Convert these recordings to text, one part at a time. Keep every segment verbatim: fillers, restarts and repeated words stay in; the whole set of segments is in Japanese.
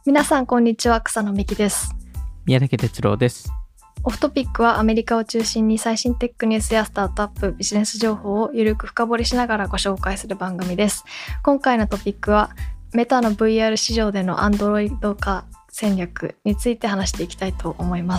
皆さんこんにちは、草野美希です。 宮武哲郎です。 オフトピックはアメリカを中心に最新テックニュースやスタートアップ、ビジネス情報をゆるく深掘りしながらご紹介する番組です。今回のトピックはメタの ブイアール 市場での Android 化戦略について話していきたいと思います。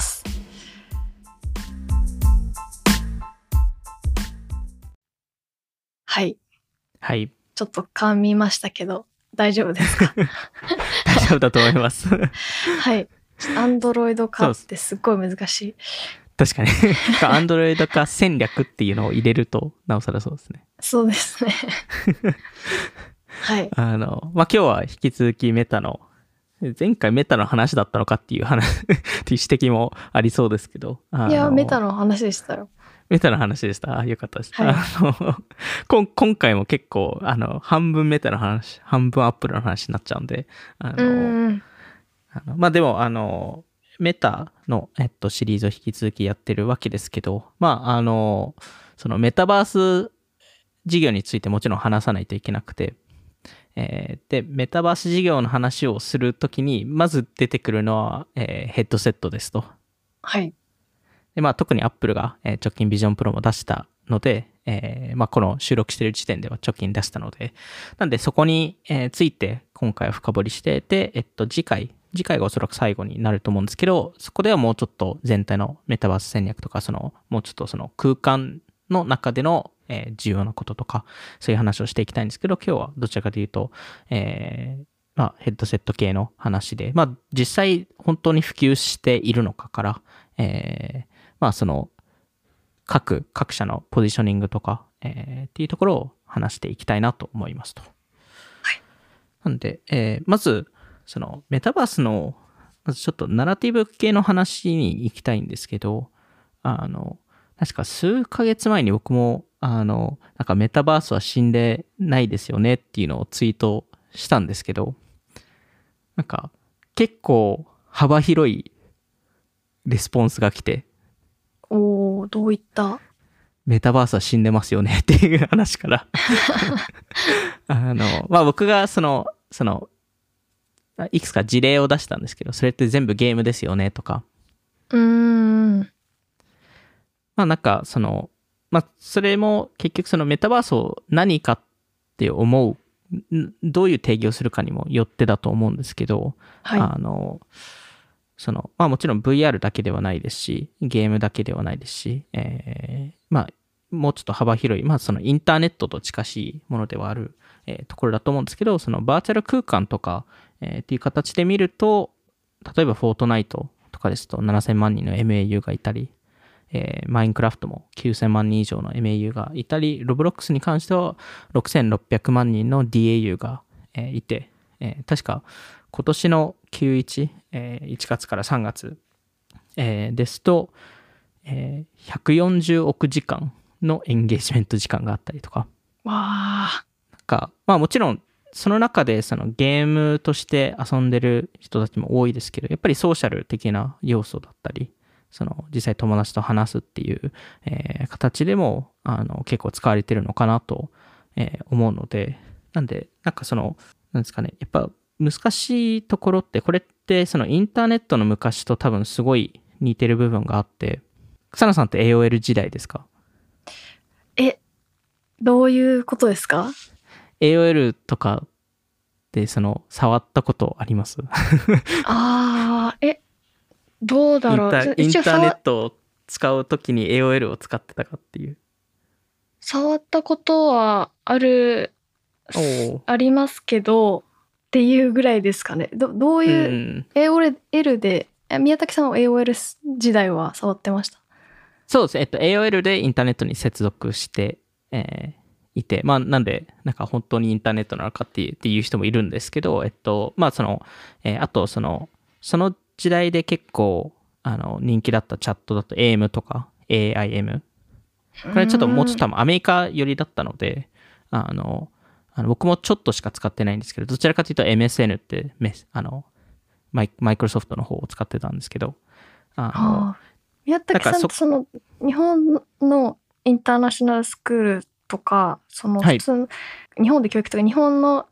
はい。 はい。 ちょっと噛みましたけど大丈夫ですか？ 大丈夫だと思います。 はい。アンドロイド化ってすっごい難しい。 確かに。アンドロイド化戦略っていうのを入れるとなおさらそうですね。 そうですね。はい。 あの、まあ、今日は引き続きメタの、前回メタの話だったのかっていう話、っていう指摘もありそうですけど。 いや、メタの話でしたよ。 メタの話でした。あ、よかったです。 はい、 あのこ今回も結構、あの、半分メタの話、半分アップルの話になっちゃうんで、あの、 うんあのまあ、でも、あの、メタの、えっと、シリーズを引き続きやってるわけですけど、まあ、あの、そのメタバース事業についてもちろん話さないといけなくて、えー、で、メタバース事業の話をするときに、まず出てくるのは、えー、ヘッドセットですと。 はい。 で、まあ、特に Apple が、えー、直近 Vision Pro も出したので、えー、まあ、この収録している時点では直近出したので、なんでそこに、えー、ついて今回は深掘りしてて、えっと、次回、次回がおそらく最後になると思うんですけど、そこではもうちょっと全体のメタバース戦略とか、その、もうちょっとその空間の中での、えー、重要なこととか、そういう話をしていきたいんですけど、今日はどちらかというと、えー、まあ、ヘッドセット系の話で、まあ、実際本当に普及しているのかから、えー、まあ、その、各、各社のポジショニングとか、えー、っていうところを話していきたいなと思いますと。 はい。 なんで、えー、まず、その、メタバースの、まずちょっとナラティブ系の話に行きたいんですけど、あの、確か数ヶ月前に僕も、あの、なんかメタバースは死んでないですよねっていうのをツイートしたんですけど、なんか、結構幅広いレスポンスが来て、 おー、どういったメタバースは死んでますよねっていう話からあの、まあ、僕がその、その、いくつか事例を出したんですけど、それって全部ゲームですよねとか。 うーん。 まあなんか、その、まあ、それも結局そのメタバースを何かって思う、どういう定義をするかにもよってだと思うんですけど、 はい。 あの、その、まあもちろん ブイアール だけではないですし、ゲームだけではないですし、えー、まあ、もうちょっと幅広い、まあそのインターネットと近しいものではある、えー、ところだと思うんですけど、そのバーチャル空間とか、えー、っていう形で見ると、例えばフォートナイトとかですとななせんまんにんの エムエーユー がいたり、えー、マインクラフトもきゅうせんまんにん以上の エムエーユー がいたり、ロブロックスに関してはろくせんろっぴゃくまんにんの ディーエーユー が、えー、いて、えー、確か今年の キューワン、えー、いちがつからさんがつ、えー、ですと、えー、ひゃくよんじゅうおくじかんのエンゲージメント時間があったりとか。 わあ。 なんか、まあもちろん、その中でそのゲームとして遊んでる人たちも多いですけど、やっぱりソーシャル的な要素だったり、その実際友達と話すっていう、えー、形でもあの結構使われてるのかなと、えー、思うので、なんで、なんかその、なんですかね、やっぱ難しいところって、これってそのインターネットの昔と多分すごい似てる部分があって、草野さんって エーオーエル 時代ですか？ え、どういうことですか？ エーオーエル とかでその触ったことあります？ ああ、え、どうだろう。 インター、インターネットを使うときに エーオーエル を使ってたかっていう。 触ったことはある、ありますけど、っていうぐらいですかね。ど, どういう、うん、エーオーエル で、宮武さんは エーオーエル 時代は触ってました？ そうです。えっと、エーオーエル でインターネットに接続して、えー、いて、まあ、なんで、なんか本当にインターネットなのかっていう、っていう人もいるんですけど、えっと、まあ、その、えー、あと、その、その時代で結構、あの、人気だったチャットだと エーエム とか エーアイエム。これちょっともうちょっと多分アメリカ寄りだったので、あの、あの僕もちょっとしか使ってないんですけど、どちらかというと エムエスエヌ ってメス、あの、マイ、マイクロソフトの方を使ってたんですけど、あの、 宮武さんってその日本のインターナショナルスクールとか、その普通、はい、日本で教育とか日本の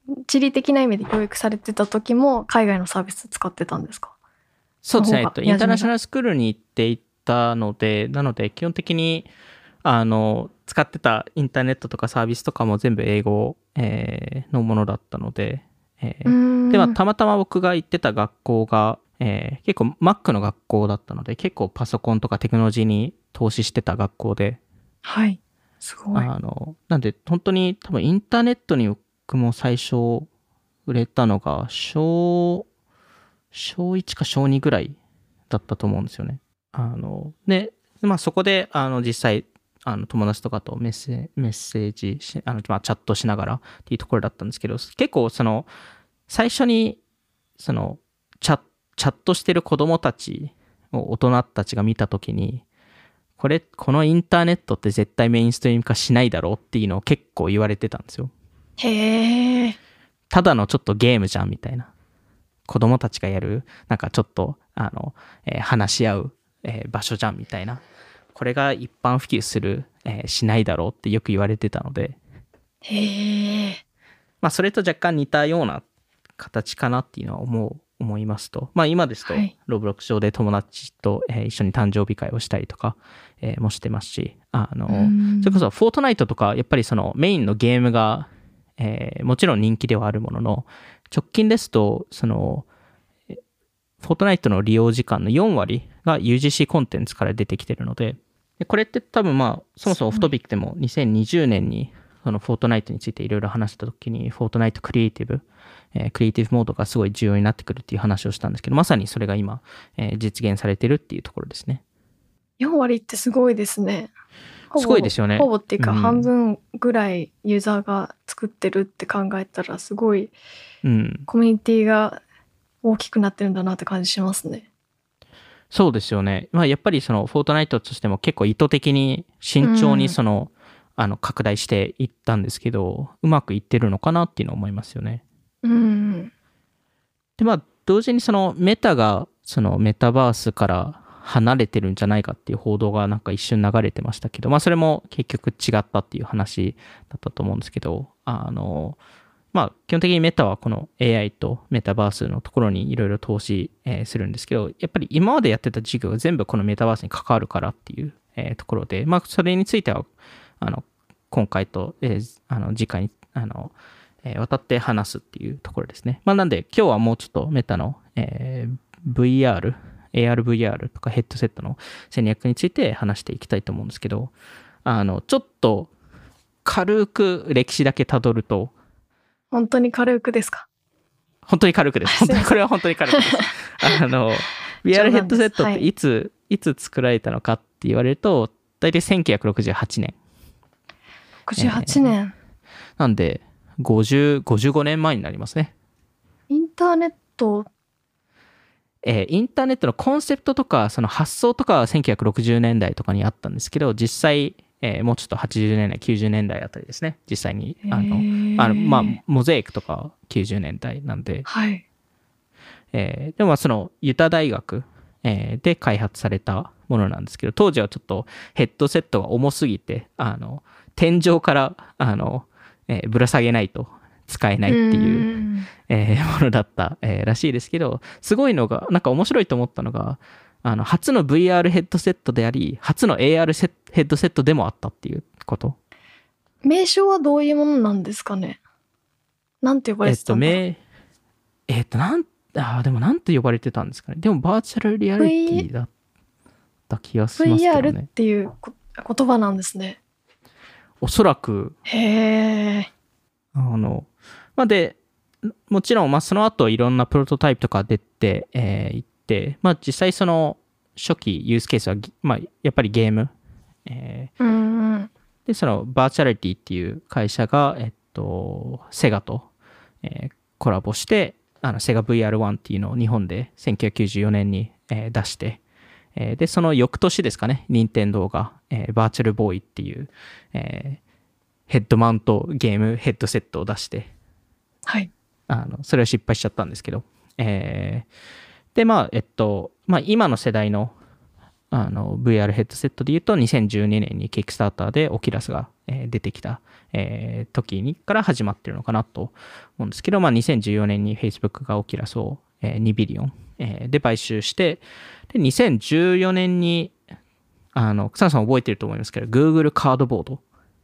地理的な意味で教育されてた時も海外のサービス使ってたんですか？ そうですね、えっと、インターナショナルルスクールに行っていたので、なので基本的にあの使ってたインターネットとかサービスとかも全部英語、えーのものだったので、えーではたまたま僕が行ってた学校が、えー結構 Mac の学校だったので、結構パソコンとかテクノロジーに投資してた学校で、 はい、すごい。 あのなんで本当に多分インターネットに僕も最初売れたのが小小いちか小にぐらいだったと思うんですよね。あので、まあ、そこであの実際あの友達とかとメッセメッセージしあの、まあ、チャットしながらっていうところだったんですけど、結構その最初にそのチャチャットしてる子供たちを大人たちが見たときに、これこのインターネットって絶対メインストリーム化しないだろうっていうのを結構言われてたんですよ。 へえ。 ただのちょっとゲームじゃんみたいな。子供たちがやるなんかちょっとあの、えー話し合う、えー場所じゃんみたいな。これが一般普及する、えーしないだろうってよく言われてたので、 へえ。 まあそれと若干似たような形かなっていうのは思う思いますと、まあ今ですとはいロブロックス上で友達と、えー一緒に誕生日会をしたりとか、えーもしてますし、あのうんそれこそフォートナイトとかやっぱりそのメインのゲームが、えーもちろん人気ではあるものの、直近ですとそのえフォートナイトの利用時間のよん割が ユージーシー コンテンツから出てきてるので、でこれって多分まあそもそもオフトピックでもにせんにじゅうねんにそのフォートナイトについていろいろ話した時に、フォートナイトクリエイティブ、えークリエイティブモードがすごい重要になってくるっていう話をしたんですけど、まさにそれが今、えー実現されてるっていうところですね。 よん割ってすごいですね。ほぼすごいですよねほぼっていうかうん半分ぐらいユーザーが作ってるって考えたらすごいうん。 コミュニティが大きくなってるんだなって感じしますね。 そうですよね。まあやっぱりそのフォートナイトとしても結構意図的に慎重にその、あの拡大していったんですけど、うまくいってるのかなっていうのを思いますよね。 うん。 でまあ同時にそのメタがそのメタバースから離れてるんじゃないかっていう報道がなんか一瞬流れてましたけど、まあそれも結局違ったっていう話だったと思うんですけど、あのまあ基本的にメタはこの エーアイ とメタバースのところにいろいろ投資、えーするんですけど、やっぱり今までやってた事業が全部このメタバースに関わるからっていう、えーところで、まあそれについてはあの今回と、えーあの次回にあのえー渡って話すっていうところですね。まあなんで今日はもうちょっとメタの、えー ブイアール、エーアールブイアール とかヘッドセットの戦略について話していきたいと思うんですけど、あのちょっと軽く歴史だけたどると、 本当に軽くですか？ 本当に軽くです。本当にこれは本当に軽くです。あの ブイアール ヘッドセットっていつ、いつ作られたのかって言われると、大体せんきゅうひゃくろくじゅうはちねん。 ろくじゅうはちねん、 なんでごじゅう、ごじゅうごねんまえになりますね。 インターネットえーインターネットのコンセプトとかその発想とかはせんきゅうひゃくろくじゅうねんだいとかにあったんですけど、実際、えーもうちょっとはちじゅうねんだいきゅうじゅうねんだいあたりですね、実際にあのあのまあモザイクとかきゅうじゅうねんだいなんで、 はいえーでもまあそのユタ大学、えーで開発されたものなんですけど、当時はちょっとヘッドセットが重すぎて、あの天井からあの、えーぶら下げないと使えないっていううえーものだった、えーらしいですけど、すごいのがなんか面白いと思ったのが、あの初の ブイアール ヘッドセットであり初の エーアール セッヘッドセットでもあったっていうこと。 名称はどういうものなんですかね？なんて呼ばえったとれてんだろう？ めえっとなんあーでもなんて呼ばれてたんですかね。でもバーチャルリアリティだった気がしますけどブイアール っね。 ていうこ言葉なんですね。 おそらくへえ。 あのまあでもちろんまあその後いろんなプロトタイプとか出て、えーいって、まあ実際その初期ユースケースはぎ、まあ、やっぱりゲーム、えーうんうんでそのバーチャリティっていう会社が、えっと、セガと、えーコラボしてあのセガ ブイアールワン っていうのを日本でせんきゅうひゃくきゅうじゅうよねんに、えー出して、えーでその翌年ですかね、任天堂が、えーバーチャルボーイっていう、えーヘッドマウントゲームヘッドセットを出して、 はいあのそれは失敗しちゃったんですけど、えーでまあえっとまあ今の世代のあの ブイアール ヘッドセットで言うとにせんじゅうにねんにキックスターターでオキュラスが、えー出てきた、えー時にから始まってるのかなと思うんですけど、まあ、にせんじゅうよねんに Facebook がオキュラスを、えーにビリオン、えーで買収して、でにせんじゅうよねんにあの草野さん覚えてると思いますけど Google カードボード、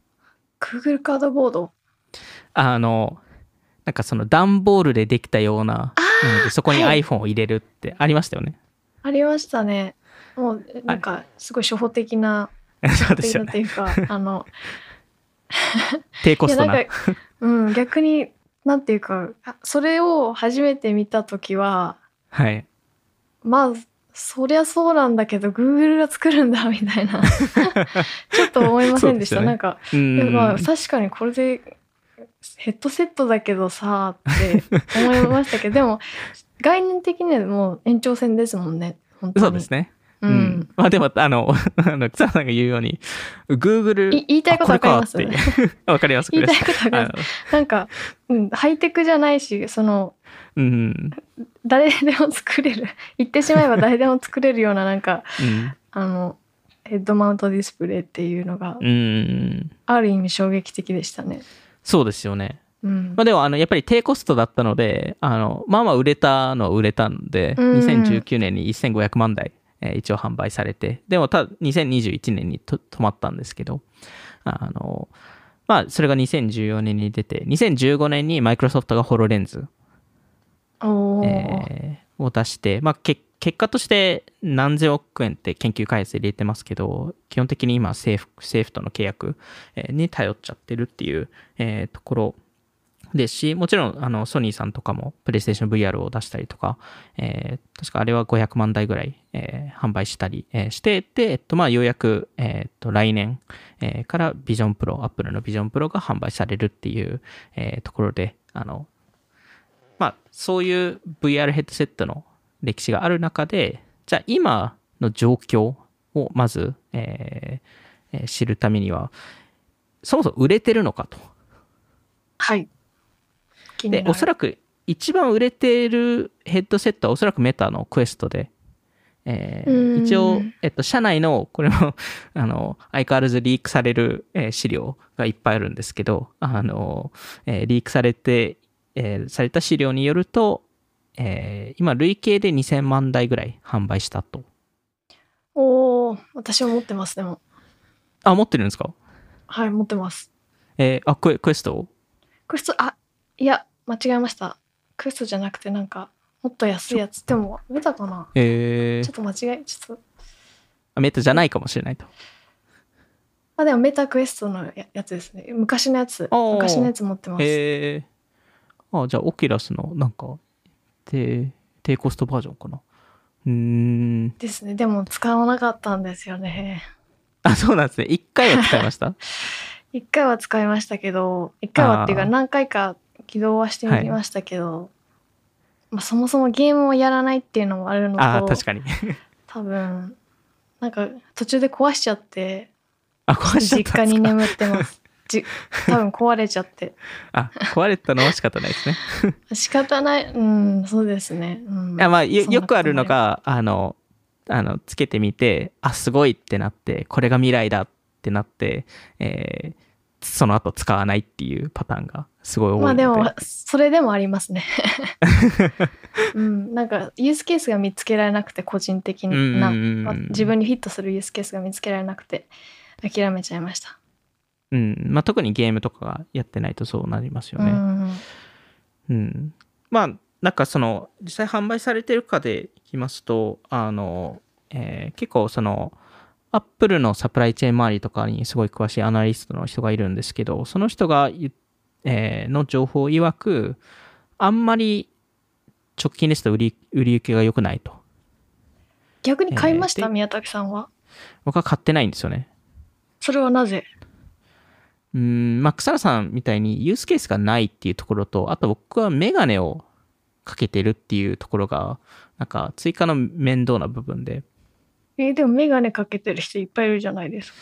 Google カードボード。 あのなんかその段ボールでできたようなものでそこに iPhone を入れるってありましたよね。 ありましたね。もうなんかすごい初歩的な、 そうですよ初歩的なってね。 いうかあの低コストな。 いやなんか、うん、逆になんていうかあそれを初めて見た時ははい。 まあそりゃそうなんだけど Google が作るんだみたいなちょっと思いませんでした。 そうですよねなんかうーん。 まあ確かにこれでヘッドセットだけどさって思いましたけどでも概念的にはもう延長線ですもんね本当に。 そうですね。 ううんん。まあでも、あの、あの草野さんが言うように、Google、 い言いたいことわかりますあこれかっていうわかります。 言いたいことわかります。なんか、うん、ハイテクじゃないしそのうん。 誰でも作れる言ってしまえば誰でも作れるようななんかうん。 あのヘッドマウントディスプレイっていうのがうん。 ある意味衝撃的でしたね。 そうですよね。 うんまあでも、あの、やっぱり低コストだったので、あの、まあまあ売れたのは売れたので、 うんにせんじゅうきゅうねんにせんごひゃくまんだい、えー一応販売されて、でもたにせんにじゅういちねんにと止まったんですけど、あの、まあそれがにせんじゅうよねんに出て、にせんじゅうごねんにマイクロソフトがホロレンズ、 おーえーを出して、まあ、け結果として何千億円って研究開発で入れてますけど、基本的に今政府政府との契約えーに頼っちゃってるっていう、えーところですし、もちろんあのソニーさんとかもプレイステーション ブイアール を出したりとか、えー確かあれはごひゃくまんだいぐらい、えー販売したり、えーしてで、えっとまあ、ようやく、えーと来年、えーからビジョンプロ、Apple のビジョンプロが販売されるっていう、えーところで、あのまあ、そういう ブイアール ヘッドセットの歴史がある中で、じゃあ今の状況をまず、えーえー知るためには、そもそも売れてるのかと。 はい気になで、 る。 おそらく一番売れているヘッドセットはおそらくメタのクエストで、えーうん一応、えっと、社内の、これも、あの、相変わらずリークされる、えー資料がいっぱいあるんですけど、あの、えーリークされて、えーされた資料によると、えー今、累計でにせんまんだいぐらい販売したと。 おー私も持ってますでもあ、持ってるんですか？ はい持ってます。 えーあ、クエ、クエストをクエストあいや間違えました。クエストじゃなくてなんかもっと安いやつでもメタかな、 えーちょっと間違えちょっとあメタじゃないかもしれないと。 あでもメタクエストのややつですね。昔のやつおー昔のやつ持ってます。 えー、あ、じゃあ、オキュラスの、なんか、低、低コストバージョンかな。うーん。 ですね。でも使わなかったんですよね。 あ、そうなんですね。一回は使いました一回は使いましたけど一回はっていうかあー何回か起動はしてみましたけど、まあ、そもそもゲームをやらないっていうのもあるのとああ、確かに。 多分なんか途中で壊しちゃってあ、壊しちゃ実ったんですか？ 家に眠ってますじ多分壊れちゃってあ、壊れたのは仕方ないですね。 仕方ないうんそうですね、うん、 いやまあ、よそんなよくあるのこともが、あの、あの、つけてみて、あ、すごいってなって、これが未来だってなって、えーその後使わないっていうパターンがすごい多いので。 まあでもそれでもありますねうんなんかユースケースが見つけられなくて個人的になうんまあ自分にフィットするユースケースが見つけられなくて諦めちゃいました。 うん。まあ、特にゲームとかがやってないとそうなりますよね。 うんうん。まあ、なんかその、実際販売されてるかでいきますと、あの、えー結構その、アップルのサプライチェーン周りとかにすごい詳しいアナリストの人がいるんですけど、その人が言っ、えーの情報曰く、あんまり直近ですと売り、売り行きが良くないと。 逆に買いました、 えーで宮崎さんは。 僕は買ってないんですよね。 それはなぜ？ うーん、まあ、草野さんみたいにユースケースがないっていうところと、あと僕はメガネをかけてるっていうところが、なんか追加の面倒な部分で。 えーでもメガネかけてる人いっぱいいるじゃないですか。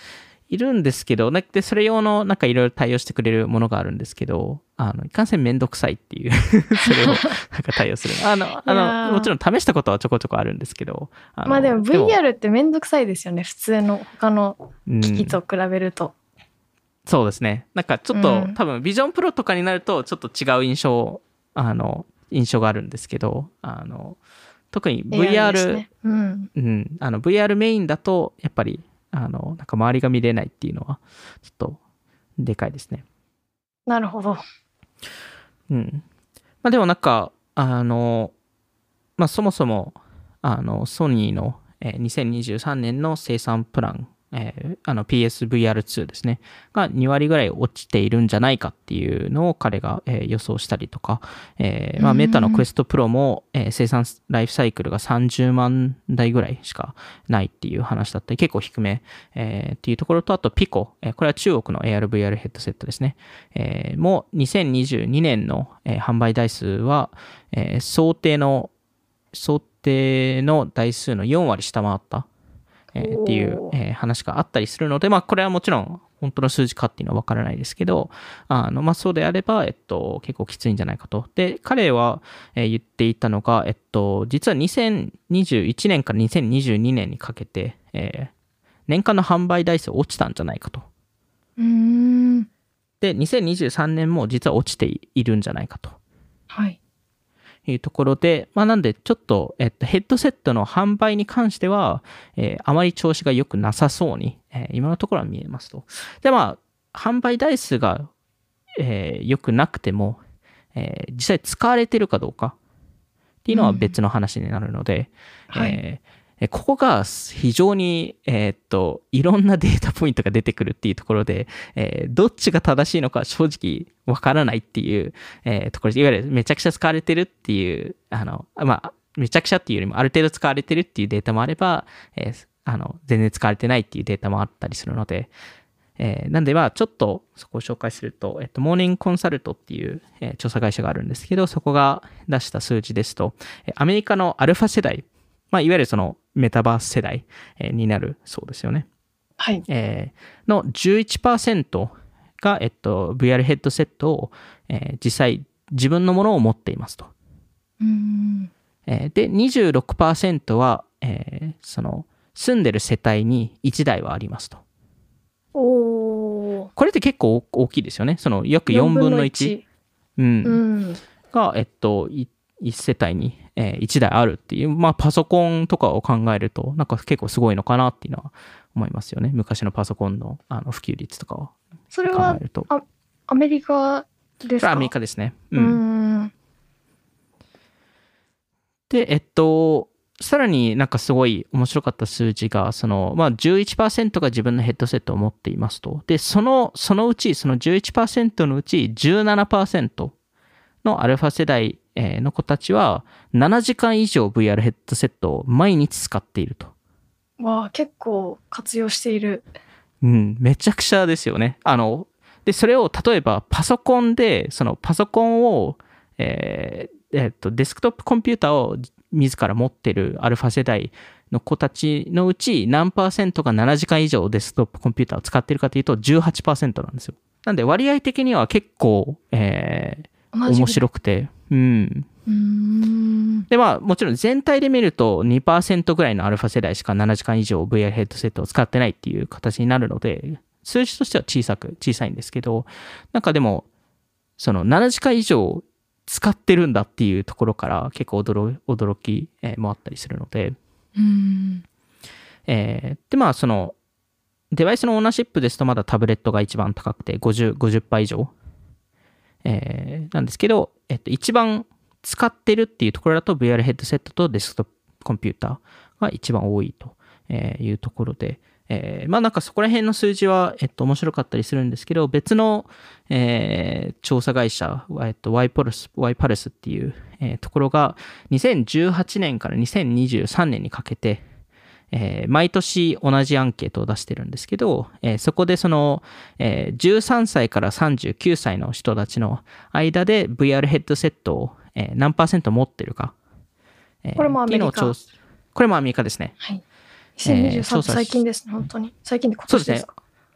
いるんですけど、なくてそれ用のなんかいろいろ対応してくれるものがあるんですけど、あのいかんせんめんどくさいっていうそれをなんか対応するあのあのもちろん試したことはちょこちょこあるんですけど、あのまあでも ブイアール ってめんどくさいですよね、普通の他の機器と比べると、うん、 そうですね。なんかちょっと、うん、多分ビジョンプロとかになるとちょっと違う印象あの印象があるんですけど、あの特に ブイアール、ね、うんうん、あの ブイアール メインだとやっぱりあのなんか周りが見れないっていうのはちょっとでかいですね。 なるほど。 うん。まあでもなんかあのまあそもそもあのソニーの、えー、にせんにじゅうさんねんの生産プラン、えー、あの ピーエスブイアールツー ですねがにわりぐらい落ちているんじゃないかっていうのを彼が、えー、予想したりとか、えーまあ、メタのクエストプロも、えー、生産ライフサイクルがさんじゅうまんだいぐらいしかないっていう話だったり結構低め、えー、っていうところと、あとピコ、えー、これは中国の エーアールブイアール ヘッドセットですね、えー、もにせんにじゅうにねんの、えー、販売台数は、えー、想定の想定の台数のよんわり下回ったえー、っていう、えー、話があったりするので、まあ、これはもちろん本当の数字かっていうのは分からないですけど、あのまあ、そうであれば、えっと、結構きついんじゃないかと。で、彼は、えー、言っていたのが、えっと、実はにせんにじゅういちねんからにせんにじゅうにねんにかけて、えー、年間の販売台数落ちたんじゃないかと。 うーん。 で、にせんにじゅうさんねんも実は落ちているんじゃないかと。 はい。 いうところで、まあ、なんでちょっと、えっと、ヘッドセットの販売に関しては、えー、あまり調子が良くなさそうに、えー、今のところは見えますと。で、まあ、販売台数が、えー、良くなくても、えー、実際使われてるかどうかっていうのは別の話になるので、うん、えーはいここが非常に、えー、っと、いろんなデータポイントが出てくるっていうところで、えー、どっちが正しいのか正直わからないっていう、えー、ところで、いわゆるめちゃくちゃ使われてるっていう、あの、まあ、めちゃくちゃっていうよりもある程度使われてるっていうデータもあれば、えー、あの、全然使われてないっていうデータもあったりするので、えー、なんでまあちょっとそこを紹介すると、えっと、モーニングコンサルトっていう、えー、調査会社があるんですけど、そこが出した数字ですと、アメリカのアルファ世代、まあ、いわゆるそのメタバース世代になるそうですよね。 はい。 えー、の じゅういちパーセント が、えっと、ブイアール ヘッドセットを、えー、実際自分のものを持っていますと。 うーん。 えー、で、にじゅうろくパーセント は、えー、その住んでる世帯にいちだいはありますと。 おー。 これって結構大きいですよね。その約よんぶんのいち。うん。うん、が、えっと、いち世帯にいちだいあるっていう、まあパソコンとかを考えると、なんか結構すごいのかなっていうのは思いますよね。昔のパソコンのあの普及率とかを考えると。 それはあアメリカですか？ アメリカですね。 うん。うんで、えっと、さらになんかすごい面白かった数字が、その、まあ じゅういちパーセント が自分のヘッドセットを持っていますと。で、その、そのうち、その じゅういちパーセント のうち じゅうななパーセント のアルファ世代の子たちはななじかん以上 ブイアール ヘッドセットを毎日使っていると。 わあ、結構活用している。 うん、めちゃくちゃですよね。あの、で、それを例えばパソコンで、そのパソコンを、えー、えー、っと、デスクトップコンピューターを自ら持ってるアルファ世代の子たちのうち何パーセントがななじかん以上デスクトップコンピューターを使っているかというと じゅうはちパーセント なんですよ。なんで割合的には結構、えー、面白くて、うん。 うーんで、まあ、もちろん全体で見ると にパーセント ぐらいのアルファ世代しかななじかん以上 ブイアール ヘッドセットを使ってないっていう形になるので、数字としては小さく、小さいんですけど、なんかでも、そのななじかん以上使ってるんだっていうところから結構驚驚きもあったりするので、 うんえー、で、まあ、その、デバイスのオーナーシップですとまだタブレットが一番高くてごじゅう、ごじゅっパーセント以上、えー、なんですけど、えっと、一番使ってるっていうところだと ブイアール ヘッドセットとデスクトップコンピューターが一番多いというところで、えー、まあなんかそこら辺の数字は、えっと、面白かったりするんですけど、別の、えー、調査会社、えっと、ワイパルス、ワイパルスっていう、えー、ところがにせんじゅうはちねんからにせんにじゅうさんねんにかけて、えー、毎年同じアンケートを出してるんですけど、えー、そこでその、えー、じゅうさんさいからさんじゅうきゅうさいの人たちの間で ブイアール ヘッドセットを、えー、何パーセント持ってるか、えー、 これもアメリカ。 これもアメリカですね。 はい。にせんにじゅうさん、えー、最近ですね、本当に。最近で今年ですか？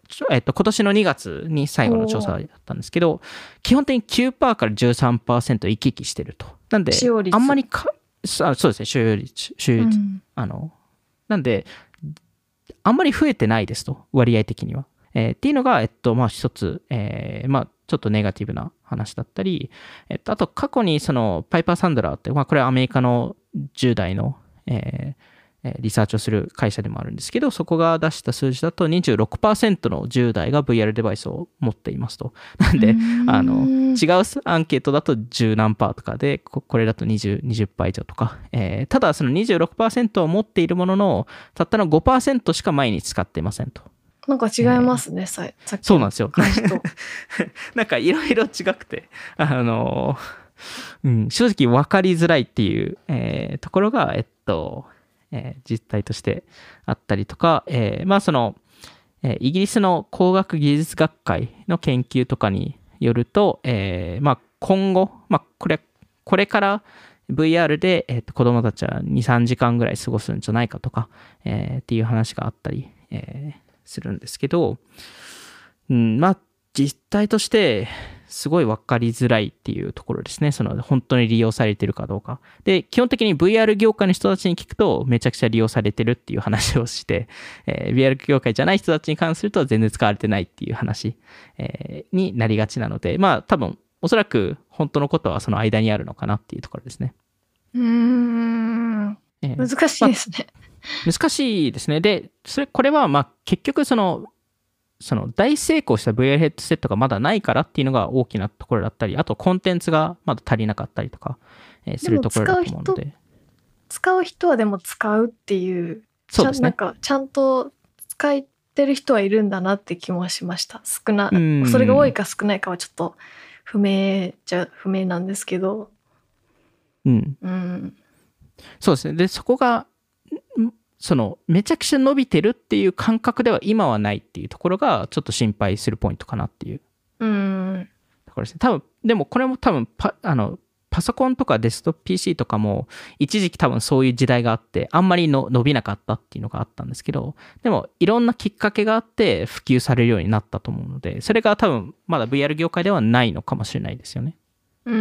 えっと、今年のにがつに最後の調査だったんですけど、基本的に きゅうパーセント から じゅうさんパーセント 行き来してると。なんで、 使用率あんまりか、あそうですね、所有率、所有率、うん、あの、なんで、あんまり増えてないですと、割合的には。えー、っていうのが、えっと、まあ一つ、えー、まあちょっとネガティブな話だったり、えっと、あと過去にそのパイパー・サンドラーって、まあこれはアメリカのじゅう代の、えー、リサーチをする会社でもあるんですけど、そこが出した数字だと にじゅうろくパーセント のじゅう代が ブイアール デバイスを持っていますと。なんで、あの、違うアンケートだとじゅう何パーとかで、これだとにじゅう、にじゅっパー以上とか。えー、ただその にじゅうろくパーセント を持っているものの、たったの ごパーセント しか毎日使っていませんと。 なんか違いますね、えー、さ, さっきそうなんですよ。なんかいろいろ違くて、あの、うん、正直分かりづらいっていう、えー、ところが、えっと、えー、実態としてあったりとか、えー、まあその、えー、イギリスの工学技術学会の研究とかによると、えー、まあ今後、まあこれ、これから ブイアール で、えー、と子供たちはに、さんじかんぐらい過ごすんじゃないかとか、えー、っていう話があったり、えーするんですけど、うん、まあ実態としてすごい分かりづらいっていうところですね。その本当に利用されてるかどうか。で、基本的に ブイアール 業界の人たちに聞くとめちゃくちゃ利用されてるっていう話をして、えー、ブイアール 業界じゃない人たちに関すると全然使われてないっていう話、えー、になりがちなので、まあ多分おそらく本当のことはその間にあるのかなっていうところですね。 うーん、えー、難しいですね。まあ難しいですね。で、それ、これは、まあ、結局、その、その、大成功した ブイアール ヘッドセットがまだないからっていうのが大きなところだったり、あと、コンテンツがまだ足りなかったりとか、えー、するところだと思うので。 使う人はでも使うっていう、 そうですね。 なんか、ちゃんと使ってる人はいるんだなって気もしました。少な、それが多いか少ないかはちょっと不明じゃ不明なんですけど。 うん。 うん。 そうですね。で、そこが、そのめちゃくちゃ伸びてるっていう感覚では今はないっていうところがちょっと心配するポイントかなっていうところですね。多分でもこれも多分パあのパソコンとかデスクトップ ピーシー とかも一時期多分そういう時代があってあんまりの伸びなかったっていうのがあったんですけど、でもいろんなきっかけがあって普及されるようになったと思うので、それが多分まだ ブイアール 業界ではないのかもしれないですよね。 うん、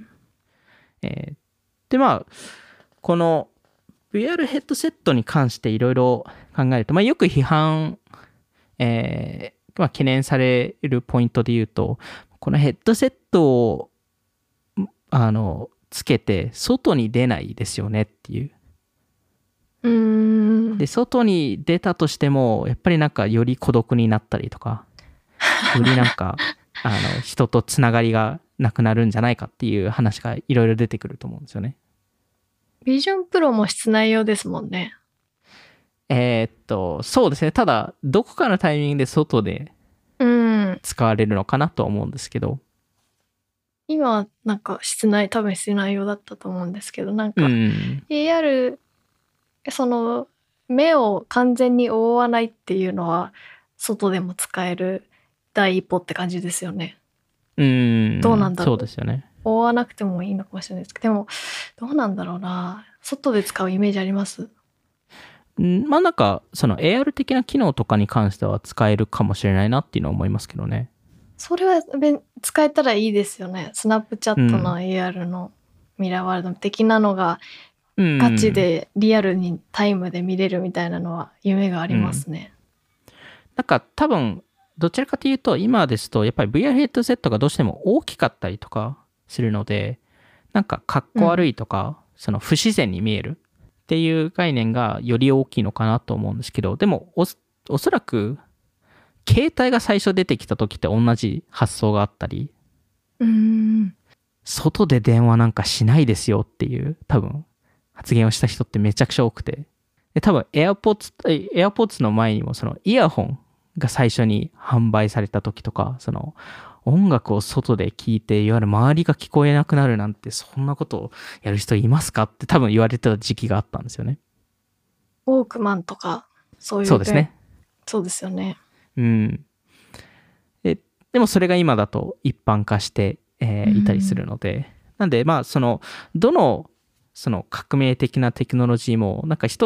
えー、でまあこのブイアール ヘッドセットに関していろいろ考えると、まあ、よく批判、えーまあ、懸念されるポイントで言うと、このヘッドセットをあのつけて外に出ないですよねっていう。 うーんで、外に出たとしても、やっぱりなんかより孤独になったりとか、よりなんかあの人とつながりがなくなるんじゃないかっていう話がいろいろ出てくると思うんですよね。 ビジョンプロも室内用ですもんね。 えー、っと、そうですね。ただ、どこかのタイミングで外で使われるのかなとは思うんですけど。 今はなんか室内、多分室内用だったと思うんですけど、なんか エーアール、その目を完全に覆わないっていうのは、外でも使える第一歩って感じですよね。 うん。 どうなんだろう。 そうですよね。 覆わなくてもいいのかもしれないですけど、でもどうなんだろうな。外で使うイメージあります？ んまあなんかその エーアール 的な機能とかに関しては使えるかもしれないなっていうのは思いますけどね。 それは使えたらいいですよね。スナップチャットの エーアール のミラーワールド的なのがガチでリアルにタイムで見れるみたいなのは夢がありますね。 うん、なんか多分どちらかというと今ですとやっぱり ブイアール ヘッドセットがどうしても大きかったりとかするので、なんかかっこ悪いとか、うん、その不自然に見えるっていう概念がより大きいのかなと思うんですけど、でも お, おそらく携帯が最初出てきた時って同じ発想があったり、 うーん外で電話なんかしないですよっていう多分発言をした人ってめちゃくちゃ多くて、で多分 AirPods AirPods の前にもそのイヤホンが最初に販売された時とか、その音楽を外で聴いていわゆる周りが聞こえなくなるなんてそんなことをやる人いますかって多分言われてた時期があったんですよね。 ウォークマンとかそういう、 そうですね。 そうですよね。 うん。で、でもそれが今だと一般化して、えー、いたりするので、なんでまあそのどのその革命的なテクノロジーもなんか一つ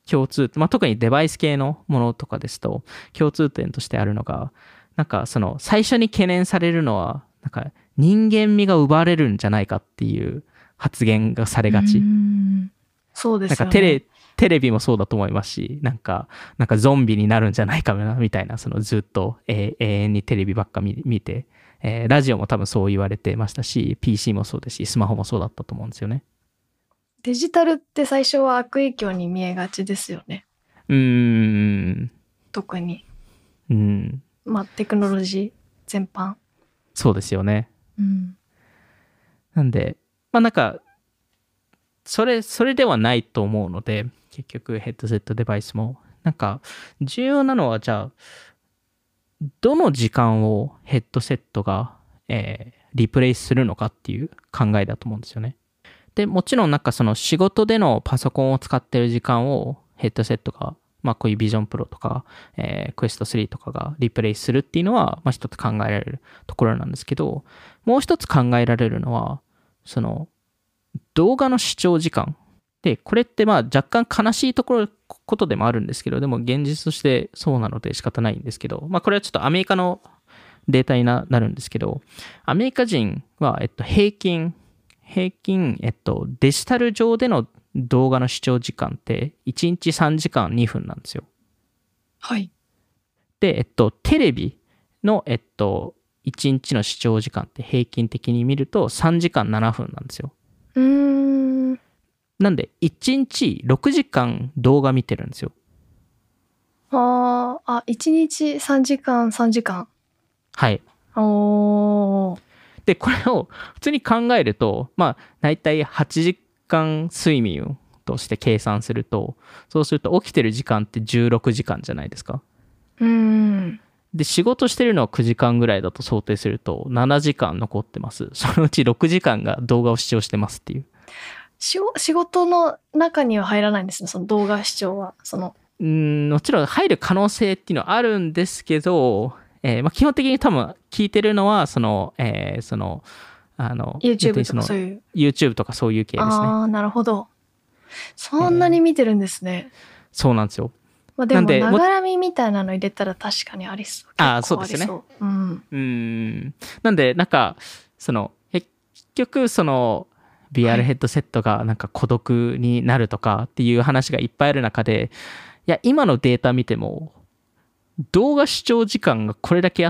共通、まあ、特にデバイス系のものとかですと共通点としてあるのが、なんかその最初に懸念されるのはなんか人間味が奪われるんじゃないかっていう発言がされがち。 うんそうですよね。 なんかテレテレビもそうだと思いますし、なんかなんかゾンビになるんじゃないかなみたいな、そのずっと、えー永遠にテレビばっか 見, 見て、えーラジオも多分そう言われてましたし、 ピーシー もそうですし、スマホもそうだったと思うんですよね。 デジタルって最初は悪影響に見えがちですよね。 うーん特に、 うんまあ、テクノロジー全般。 そうですよね。 うんなんでまあなんかそれそれではないと思うので、結局ヘッドセットデバイスもなんか重要なのは、じゃあどの時間をヘッドセットが、えーリプレイスするのかっていう考えだと思うんですよね。でもちろんなんかその仕事でのパソコンを使ってる時間をヘッドセットが、まあこういうビジョンプロとか、えー、クエストスリーとかがリプレイするっていうのは、まあ一つ考えられるところなんですけど、もう一つ考えられるのは、その動画の視聴時間で、これってまあ若干悲しいところことでもあるんですけど、でも現実としてそうなので仕方ないんですけど、まあこれはちょっとアメリカのデータに な, なるんですけど、アメリカ人は、えっと、平均平均、えっと、デジタル上での動画の視聴時間っていちにちさんじかんにふんなんですよ。 はいで、えっと、テレビの、えっと、いちにちの視聴時間って平均的に見るとさんじかんななふんなんですよ。 うーんなんでいちにちろくじかん動画見てるんですよ。 あーあいちにちさんじかんさんじかん。 はい。 おーでこれを普通に考えると、まあ大体はちじかん睡眠として計算すると、そうすると起きてる時間ってじゅうろくじかんじゃないですか。 うーんで仕事してるのはくじかんぐらいだと想定するとななじかん残ってます。そのうちろくじかんが動画を視聴してますっていう。 し仕事の中には入らないんですね、その動画視聴は。そのうーんもちろん入る可能性っていうのはあるんですけど、えーまあ、基本的に多分聞いてるのはその、えー、そのあの YouTube とかそういう YouTube とかそういう系ですね。 ああなるほど。そんなに見てるんですね。 そうなんですよ。 まあ、でもなんでながらみみたいなの入れたら確かにありそう。 あー結構そうですねありそう。うんうーんなんでなんかその結局その ビーアール ヘッドセットがなんか孤独になるとかっていう話がいっぱいある中で、いや今のデータ見ても動画視聴時間がこれだけあって、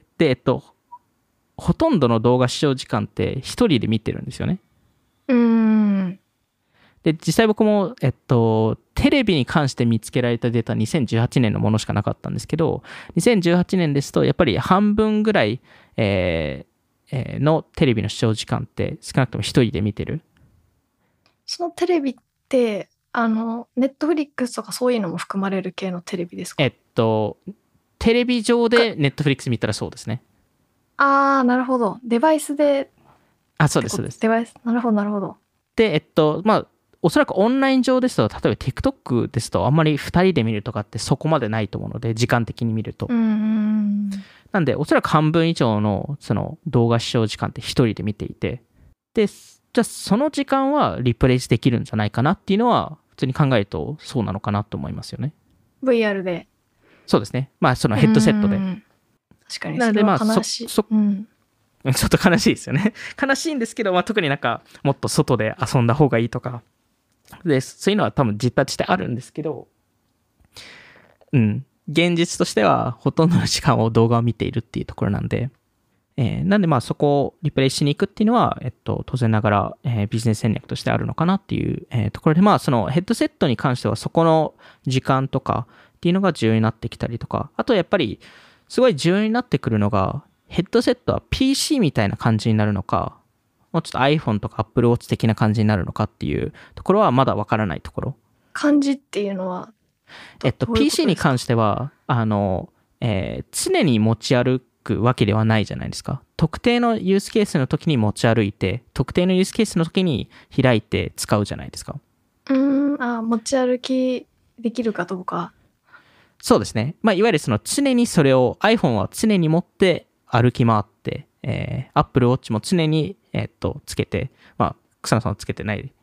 でえっとほとんどの動画視聴時間って一人で見てるんですよね。 うーんで実際僕も、えっと、テレビに関して見つけられたデータはにせんじゅうはちねんのものしかなかったんですけど、にせんじゅうはちねんですとやっぱり半分ぐらい、えーえーのテレビの視聴時間って少なくとも一人で見てる。 そのテレビってあのネットフリックスとかそういうのも含まれる系のテレビですか？ えっとテレビ上でネットフリックス見たらそうですね。 ああなるほど。デバイスであそうですそうです。 デバイスなるほどなるほど。 でえっとまあおそらくオンライン上ですと、例えば TikTok ですとあんまりふたりで見るとかってそこまでないと思うので、時間的に見ると、 うーんなんでおそらく半分以上のその動画視聴時間って一人で見ていて、でじゃあその時間はリプレイスできるんじゃないかなっていうのは普通に考えるとそうなのかなと思いますよね。 ブイアール でそうですね。まあそのヘッドセットで。 うーん確かになのでまあそれは悲しい。 そそうんちょっと悲しいですよね。悲しいんですけど、まあ、特になんかもっと外で遊んだ方がいいとかで、そういうのは多分実態としてあるんですけど、うん現実としてはほとんどの時間を動画を見ているっていうところなんで、えーなんでまあそこをリプレイしに行くっていうのは、えっと、当然ながら、えービジネス戦略としてあるのかなっていう、えーところで、まあそのヘッドセットに関してはそこの時間とかっていうのが重要になってきたりとか、あとやっぱりすごい重要になってくるのが、ヘッドセットは ピーシー みたいな感じになるのか、もうちょっと iPhone とか Apple Watch 的な感じになるのかっていうところはまだわからないところ。 漢字っていうのはえっと、ピーシー に関しては、あの、えー常に持ち歩くわけではないじゃないですか。特定のユースケースの時に持ち歩いて、特定のユースケースの時に開いて使うじゃないですか。 うーんあ持ち歩きできるかどうか。 そうですね。まあ、いわゆるその常にそれを iPhone は常に持って歩き回って、えー、Apple Watch も常に、えーっとつけて、まあ、草野さんはつけてない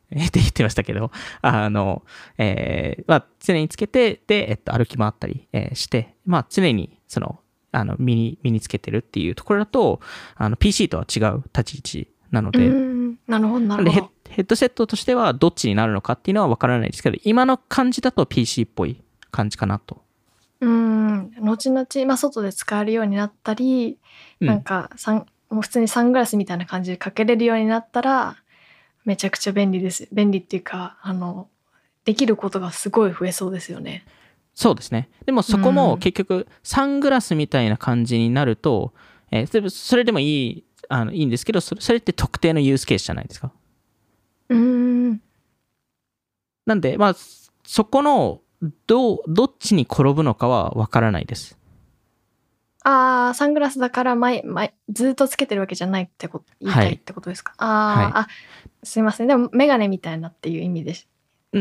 えって言ってましたけど、あの、えーまあ、常につけて、で、えっと、歩き回ったり、えーして、まあ、常に、その、あの、身に、身につけてるっていうところだと、あの、ピーシー とは違う立ち位置なのうで、 ん。なるほど、ななんでヘッるほど。 ヘッドセットとしてはどっちになるのかっていうのは分からないですけど、今の感じだと ピーシー っぽい感じかなと。 うん。後々、まあ、外で使えるようになったり、 うんなんかサン、もう普通にサングラスみたいな感じでかけれるようになったら、めちゃくちゃ便利です。便利っていうか、あの、できることがすごい増えそうですよね。 そうですね。でもそこも結局サングラスみたいな感じになると、えーでそれでもいい、あのいいんですけど、それそれって特定のユースケースじゃないですか。 うーん。 なんで、まあ、そこの、どう、どっちに転ぶのかは分からないです。 ああ、サングラスだから毎、毎、ずっとつけてるわけじゃないってこと、言いたいってことですか。あはいあ、あ、すいません。でも、メガネみたいなっていう意味です。 うん、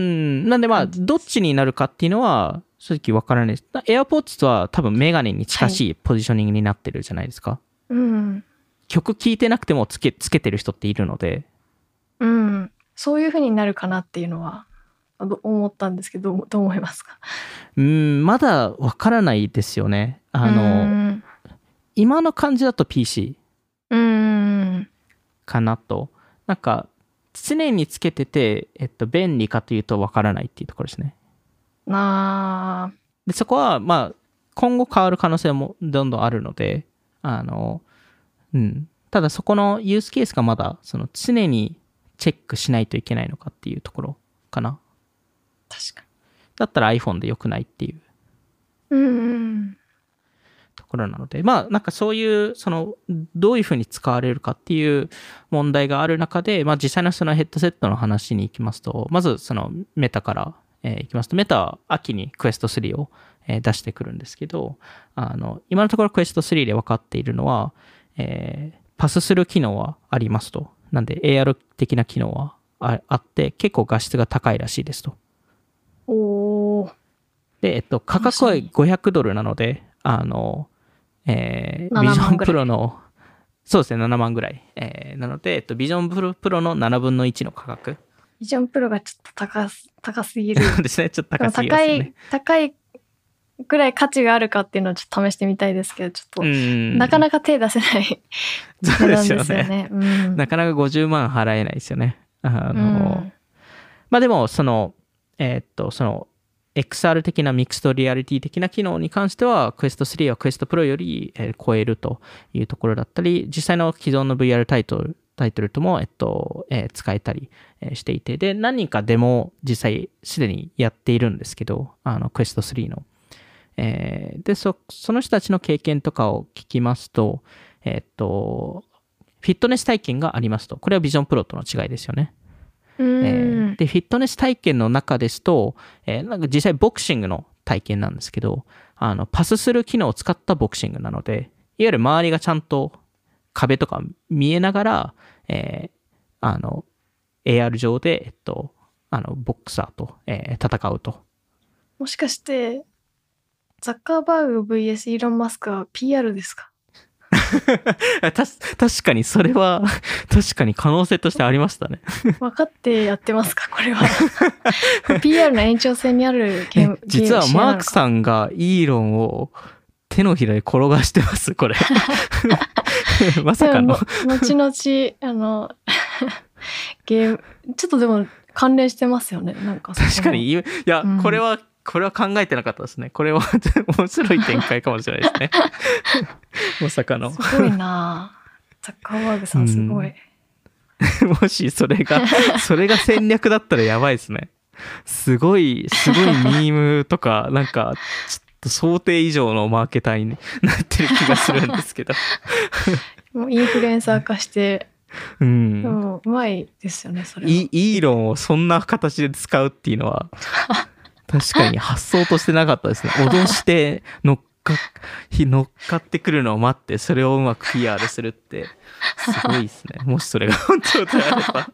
なんでまあ、 感じですどっちになるかっていうのは、正直分からないです。AirPods は多分メガネに近しいポジショニングになってるじゃないですか。 うん。 曲聴いてなくてもつけ、つけてる人っているので、 うん。そういう風になるかなっていうのは、ど思ったんですけど、どうどう思いますか。 うん、まだ分からないですよね。あうの、 ん。 今の感じだと ピーシーうん。 かなと。なんか、常につけてて、えっと、便利かというと分からないっていうところですね。 なあ。 で、そこは、まあ、今後変わる可能性もどんどんあるので、あの、うん。ただそこのユースケースがまだ、その常にチェックしないといけないのかっていうところかな。 確かだったら iPhone で良くないっていうに。うん。 ところなので、まあ、なんかそういう、その、どういうふうに使われるかっていう問題がある中で、まあ実際のそのヘッドセットの話に行きますと、まずそのメタから、えー、行きますと、メタは秋にクエストスリーを、えー出してくるんですけど、あの、今のところクエストスリーで分かっているのは、えーパスする機能はありますと。なんで エーアール 的な機能はああって、結構画質が高いらしいですと。 おー。 で、えっと、価格はごひゃくドルなので、あの、えー、ビジョンプロの、そうですね、ななまんぐらい。えーなので、えっと、ビジョンプロプロのななぶんのいちの価格。 ビジョンプロがちょっと高す、高すぎる。 そうですね、ちょっと高すぎま高すよねい。、高いぐらい価値があるかっていうのをちょっと試してみたいですけど、ちょっと、 うん。 なかなか手出せないそうですよ値段ですよね。 ね。うん。 なかなかごじゅうまん払えないですよね。あの、 うんまあでも、その、えーっと、その、エックスアール 的なミクストリアリティ的な機能に関しては、クエストスリーはクエストプロより、えー超えるというところだったり、実際の既存の ブイアール タイトル、タイトルとも、えっと、えー使えたりえーしていて、で、何人かデモを実際すでにやっているんですけど、あの、クエストスリーの。えーで、そ、その人たちの経験とかを聞きますと、えーっと、フィットネス体験がありますと。これはビジョンプロとの違いですよね。 うんえーで、フィットネス体験の中ですと、えーなんか実際ボクシングの体験なんですけど、あの、パスする機能を使ったボクシングなので、いわゆる周りがちゃんと壁とか見えながら、えーあの、エーアール 上で、えっと、あの、ボクサーと、えー戦うと。 もしかして、ザッカーバーグ ブイエス イーロン・マスクは ピーアール ですか。 た確かにそれは、確かに可能性としてありましたね。 分かってやってますかこれは。ピーアール の延長線にあるゲーム。 実はマークん。 さんがイーロンを手のひらで転がしてます、これ。まさかの。 後々、あの、ゲーム、ちょっとでも関連してますよね。なんか確かに、いや、 うんこれは、これは考えてなかったですね。これは面白い展開かもしれないですね。まさかの。 すごいなザッカーバーグさんすごい。 もしそれが、それが戦略だったらやばいですね。すごい、すごいミームとか、なんか、ちょっと想定以上のマーケターになってる気がするんですけど。 もうインフルエンサー化して、 うん。 でもうまいですよね、それは。 イイーロンをそんな形で使うっていうのは、確かに発想としてなかったですね。脅して乗っか、乗っかってくるのを待って、それをうまく ピーアール するって、すごいですね。もしそれが本当であれば。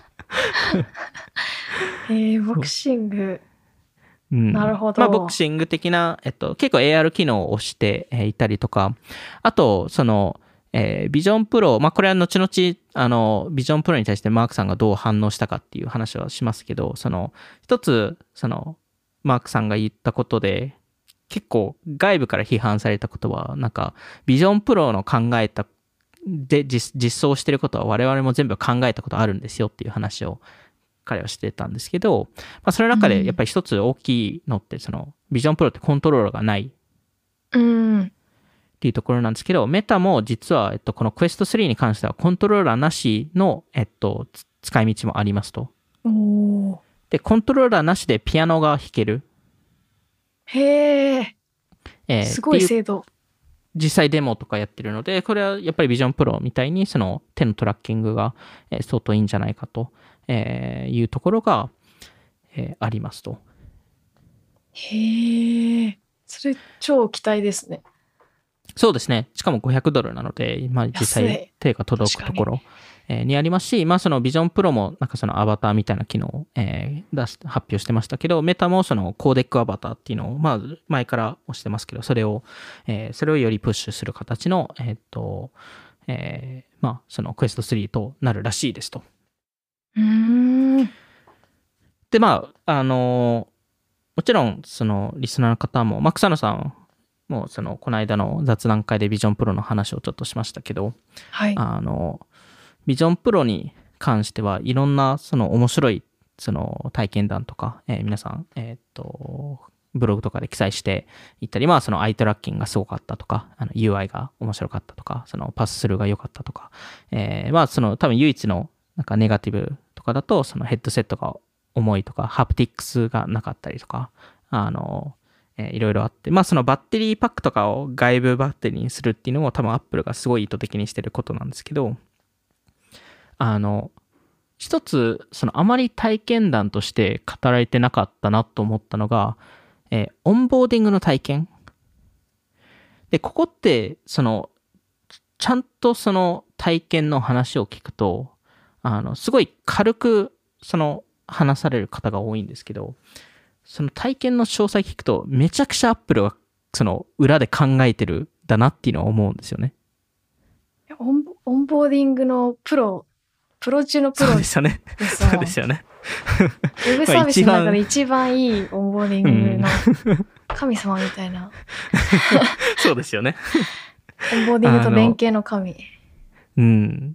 えー、ボクシング。 うん、 なるほど。 まあ、ボクシング的な、えっと、結構 エーアール 機能を押していたりとか、あと、その、 えー、ビジョンプロ、まあこれは後々、あの、ビジョンプロに対してマークさんがどう反応したかっていう話はしますけど、その、一つ、その、マークさんが言ったことで、結構外部から批判されたことは、なんか、ビジョンプロの考えた、で実、実装してることは我々も全部考えたことあるんですよっていう話を彼はしてたんですけど、まあその中でやっぱり一つ大きいのって、その、ビジョンプロってコントローラーがない。 うん。 っていうところなんですけど、メタも実は、えっと、この クエストスリー に関してはコントローラーなしの、えっと、使い道もありますと。 おで、コントローラーなしでピアノが弾ける。 へえ。 えー、 すごい精度。 実際デモとかやってるので、これはやっぱりビジョンプロみたいにその手のトラッキングが相当いいんじゃないかというところがありますと。 へえ。それ超期待ですね。 そうですね。しかもごひゃくドルなので、まあ、実際手が届くところにありますし、まあそのビジョンプロもなんかそのアバターみたいな機能を、えー、出し発表してましたけど、メタもそのコーデックアバターっていうのを、まあ前から押してますけど、それを、えー、それをよりプッシュする形の、えっと、えー、まあそのクエストスリーとなるらしいですと。 うーん。 で、まあ、あの、もちろんそのリスナーの方も、まあ草野さんもうそのこの間の雑談会でビジョンプロの話をちょっとしましたけど、 はい、 あのビジョンプロに関してはいろんなその面白いその体験談とか、えー、皆さん、えー、っとブログとかで記載していったり、まあそのアイトラッキングがすごかったとか、あの ユーアイ が面白かったとか、そのパススルーが良かったとか、えー、まあその多分唯一のなんかネガティブとかだと、そのヘッドセットが重いとか、ハプティックスがなかったりとか、あのえー、いろいろあって、まあそのバッテリーパックとかを外部バッテリーにするっていうのも多分 Apple がすごい意図的にしてることなんですけど、あの、一つ、そのあまり体験談として語られてなかったなと思ったのが、えー、オンボーディングの体験。で、ここって、その、ちゃんとその体験の話を聞くと、あの、すごい軽く、その、話される方が多いんですけど、その体験の詳細聞くと、めちゃくちゃ Apple が、その、裏で考えてるだなっていうのは思うんですよね。 オン、オンボーディングのプロ、プロ中のプロそうですよね。そうですよね。 ウェブサービスの中で一番いいオンボーディングの神様みたいな。 そうですよね。 オンボーディングと連携の神。 うん。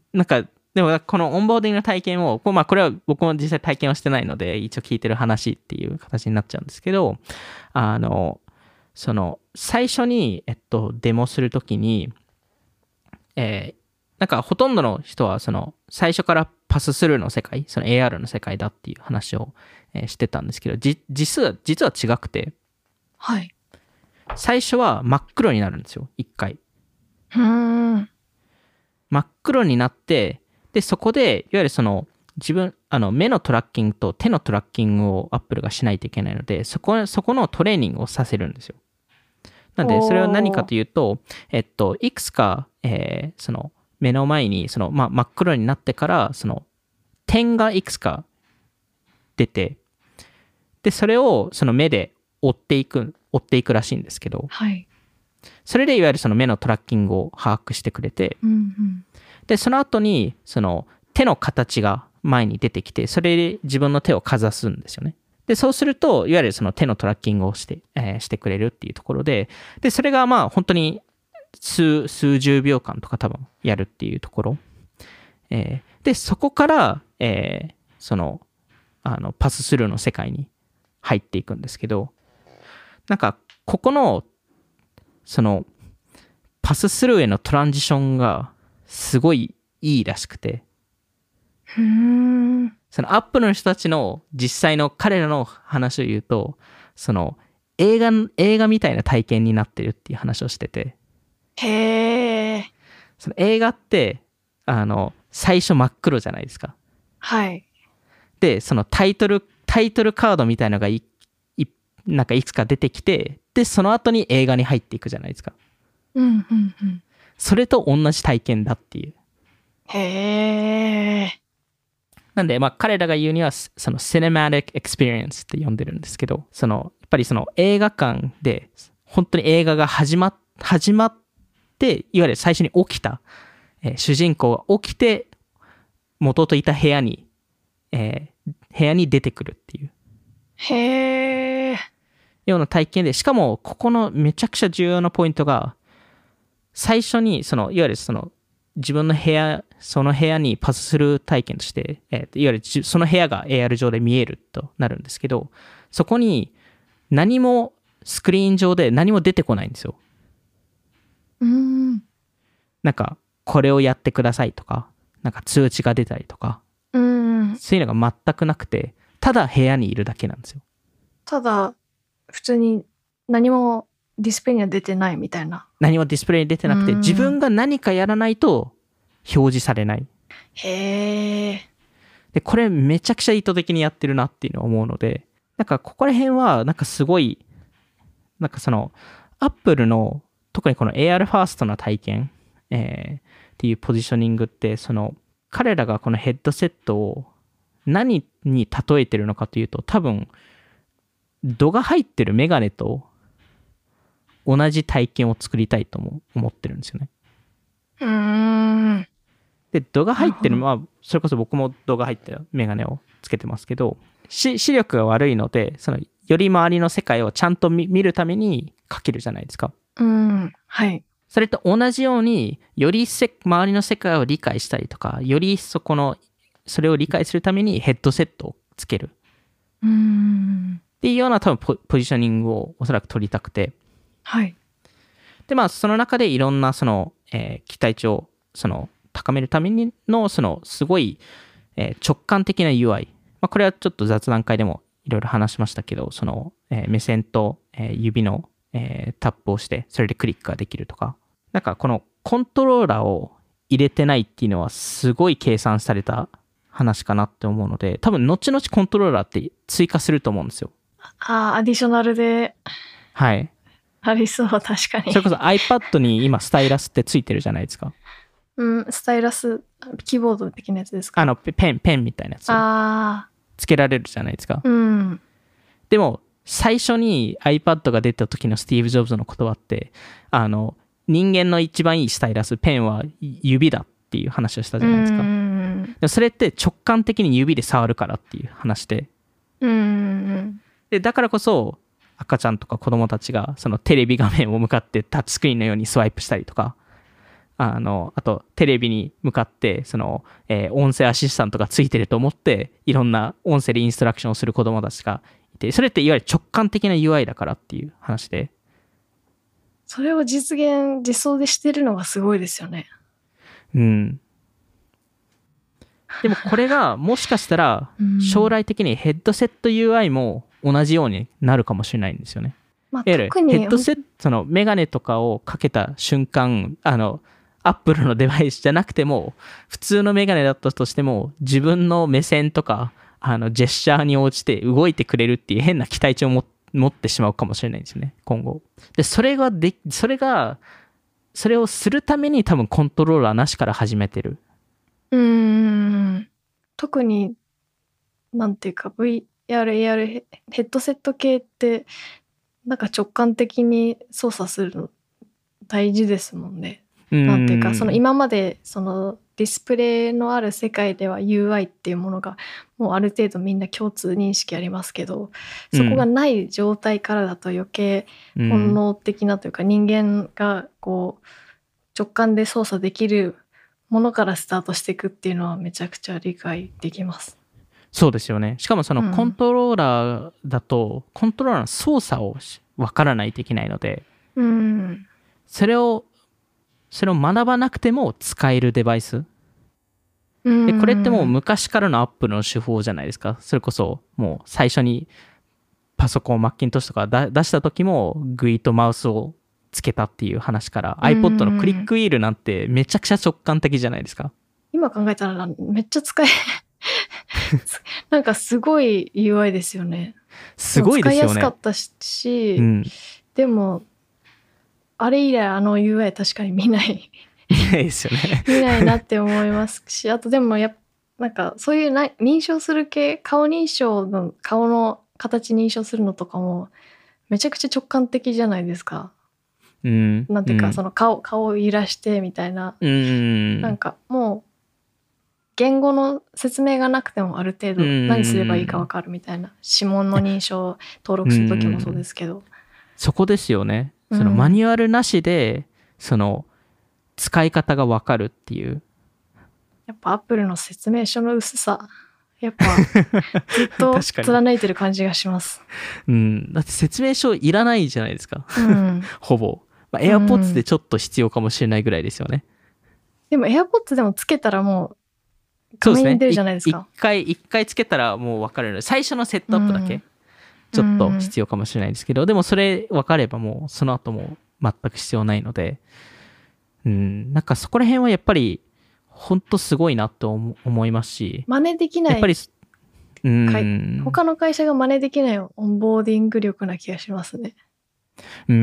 なんか、でもこのオンボーディングの体験を、まあこれは僕も実際体験はしてないので、一応聞いてる話っていう形になっちゃうんですけど、あの、その、最初に、えっと、デモするときに、えー、なんかほとんどの人は、その、最初からパススルーの世界、その エーアール の世界だっていう話を、えー、してたんですけど、じ、実は、実は違くて、 はい。 最初は真っ黒になるんですよ、一回。 うーん。 真っ黒になって、で、そこで、いわゆるその、自分、あの、目のトラッキングと手のトラッキングを Apple がしないといけないので、そこ、そこのトレーニングをさせるんですよ。なんで、それは何かというと、えっと、いくつか、えー、その、目の前に、その、まあ、真っ黒になってから、その、点がいくつか出て、で、それを、その目で追っていく、追っていくらしいんですけど、 はい。 それでいわゆるその目のトラッキングを把握してくれて、 うんうん、 で、その後に、その手の形が前に出てきて、それで自分の手をかざすんですよね。で、そうすると、いわゆるその手のトラッキングをして、えー、してくれるっていうところで、で、それがまあ本当に数、数十秒間とか多分やるっていうところ。えー、で、そこから、えー、その、あの、パススルーの世界に入っていくんですけど、なんか、ここの、その、パススルーへのトランジションがすごいいいらしくて、 うーん、 そのアップルの人たちの実際の彼らの話を言うと、その映画、映画みたいな体験になってるっていう話をしてて、 へー、 その映画って、あの、最初真っ黒じゃないですか。 はい。 で、そのタイトル、タイトルカードみたいなのがい、い、なんかいくつか出てきて、で、その後に映画に入っていくじゃないですか。 うんうんうん。 それと同じ体験だっていう。 へー。 なんで、まあ、彼らが言うには、その、cinematic experience って呼んでるんですけど、その、やっぱりその映画館で、本当に映画が始まっ、始まっで、いわゆる最初に起きた、えー主人公が起きて、元々いた部屋に、えー部屋に出てくるっていうへえ。 ような体験で、しかも、ここのめちゃくちゃ重要なポイントが、最初に、その、いわゆるその、自分の部屋、その部屋にパスする体験として、えーいわゆるじその部屋が エーアール 上で見えるとなるんですけど、そこに何もスクリーン上で何も出てこないんですよ。 うーん。 なんか、これをやってくださいとか、なんか通知が出たりとか、 うーん。 そういうのが全くなくて、ただ部屋にいるだけなんですよ。 ただ、普通に何もディスプレイには出てないみたいな。 何もディスプレイに出てなくて、 うん自分が何かやらないと表示されない。 へえ。 で、これめちゃくちゃ意図的にやってるなっていうのを思うので、なんかここら辺は、なんかすごい、なんかその、アップルの、特にこの エーアール ファーストの体験、えーっていうポジショニングって、その、彼らがこのヘッドセットを何に例えてるのかというと、多分、度が入ってるメガネと同じ体験を作りたいとも思ってるんですよね。 うーん。 で、度が入ってる、 なまあ、それこそ僕も度が入ってるメガネをつけてますけど、し視力が悪いので、その、より周りの世界をちゃんと見見るためにかけるじゃないですか。 うん。はい。 それと同じように、よりせ周りの世界を理解したりとか、よりそこの、それを理解するためにヘッドセットをつける。 うーん。 っていうような多分ポポジショニングをおそらく取りたくて。 はい。 で、まあ、その中でいろんなその、えー期待値をその高めるためにの、そのすごい、えー直感的な ユーアイ。まあ、これはちょっと雑談会でもいろいろ話しましたけど、その、えー目線と、えー指の、えータップをして、それでクリックができるとか。なんかこのコントローラーを入れてないっていうのはすごい計算された話かなって思うので、多分後々コントローラーって追加すると思うんですよ。 ああ、アディショナルではい。 ありそう、確かに。 それこそ iPad に今スタイラスってついてるじゃないですか。 うん、スタイラス、キーボード的なやつですか？ あの、ペペン、ペンみたいなやつあつけられるじゃないですか。 あ、うん。 でも、最初に iPad が出た時のスティーブ・ジョブズの言葉って、あの、人間の一番いいスタイラス、ペンは指だっていう話をしたじゃないですか。 うん。 でもそれって直感的に指で触るからっていう話で、 うん。 で、だからこそ、赤ちゃんとか子供たちが、そのテレビ画面を向かってタッチスクリーンのようにスワイプしたりとか、あの、あと、テレビに向かって、その、えー音声アシスタントがついてると思って、いろんな音声でインストラクションをする子供たちがいて、それっていわゆる直感的な ユーアイ だからっていう話で、 それを実現、実装でしてるのがすごいですよね。 うん。でもこれがもしかしたらうん将来的にヘッドセット ユーアイ も同じようになるかもしれないんですよね。 まあ、 いわゆるヘ特に、 ッドセット、そのメガネとかをかけた瞬間、あの、アップルのデバイスじゃなくても、普通のメガネだったとしても、自分の目線とか、あの、ジェスチャーに応じて動いてくれるっていう変な期待値をも持ってしまうかもしれないんですよね、今後。で、それがで、それが、それをするために多分コントローラーなしから始めてる。 うーん。特に、なんていうか ブイアール、エーアール ヘヘッドセット系って、なんか直感的に操作するの大事ですもんね。なんていうか、その今までそのディスプレイのある世界では ユーアイ っていうものがもうある程度みんな共通認識ありますけど、そこがない状態からだと余計本能的なというか、人間がこう直感で操作できるものからスタートしていくっていうのはめちゃくちゃ理解できます。 そうですよね。しかもそうんのコントローラーだと、コントローラーの操作をわからないといけないので、 うん。 それを、それを学ばなくても使えるデバイス。 うんで、これってもう昔からのアップルの手法じゃないですか。それこそもう最初にパソコン、マッキントッシュとかだ出した時もグイとマウスをつけたっていう話から、 うん iPod のクリックウィールなんてめちゃくちゃ直感的じゃないですか。 今考えたらめっちゃ使えなんかすごい ユーアイ ですよね。 すごいですよね。 使いやすかったし、 うん。 でもあれ以来あの ユーアイ 確かに見ないいないですよね。 見ないなって思いますし、あとでもやっなんかそういうな認証する系、顔認証の顔の形認証するのとかもめちゃくちゃ直感的じゃないですか。 うん、 なんていうか、 うん、 その顔顔を揺らしてみたいな、 うん、 なんかもう言語の説明がなくてもある程う度何すればいいか分ん、 かるみたいな、指紋の認証を登う録する時もそうでん、 すけど、 そこですよね。 うそのマニん、 ュアルなしで、その使い方がわかるっていう。 やっぱアップルの説明書の薄さ、やっぱずっと確かに。 貫いてる感じがします。 うん。だって説明書いらないじゃないですか。 うん、 ほぼ。まあ、 う AirPods でん。 ちょっと必要かもしれないぐらいですよね。 でも AirPods でもつけたらもう画そうですね。 面に出るい一じゃないですか。 回、一回つけたらもうわかるので、最初のセッうトアップだけ、 ん、うちょっとん。 必要かもしれないですけど、でもそれ分かればもう、その後も全く必要ないので、うん。なんかそこら辺はやっぱり、ほんとすごいなと思思いますし、 真似できない、 やっぱり、うかいん。 他の会社が真似できないオンボーディング力な気がしますね。 うん、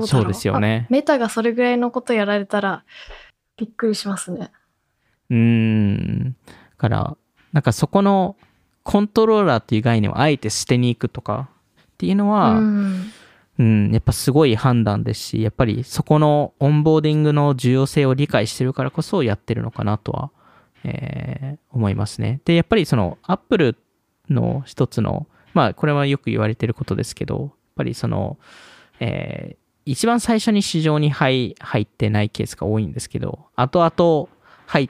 どうだそうでろう。あ、 すよね。 メタがそれぐらいのことやられたらびっくりしますね。 うーん。だから、なんかそこのコントローラーっていう概念をあえて捨てに行くとかっていうのうは、 ん。 うん、やっぱすごい判断ですし、やっぱりそこのオンボーディングの重要性を理解してるからこそやってるのかなとは、えー思いますね。で、やっぱりその Apple の一つの、まあこれはよく言われてることですけど、やっぱりその、えー一番最初に市場に入入ってないケースが多いんですけど、後々入って、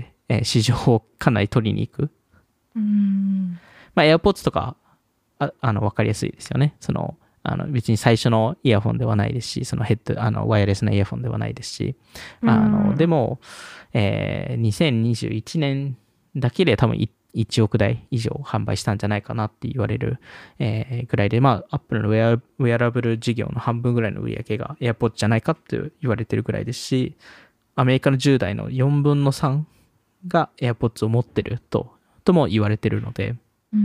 えー市場をかなり取りに行く。 うん。 まあ AirPods とか、ああの、わかりやすいですよね。その、あの、別に最初のイヤホンではないですし、そのヘッド、あの、ワイヤレスなイヤホンではないですし、あの、でも、えーにせんにじゅういちねんだけで多分いいちおくだい以上販売したんじゃないかなって言われる、えーぐらいで、まあ、Apple のウェアウェアラブル事業の半分ぐらいの売り上げが AirPods じゃないかって言われてるぐらいですし、アメリカのじゅう代のよんぶんのさんが AirPods を持ってると、とも言われてるので、 うん。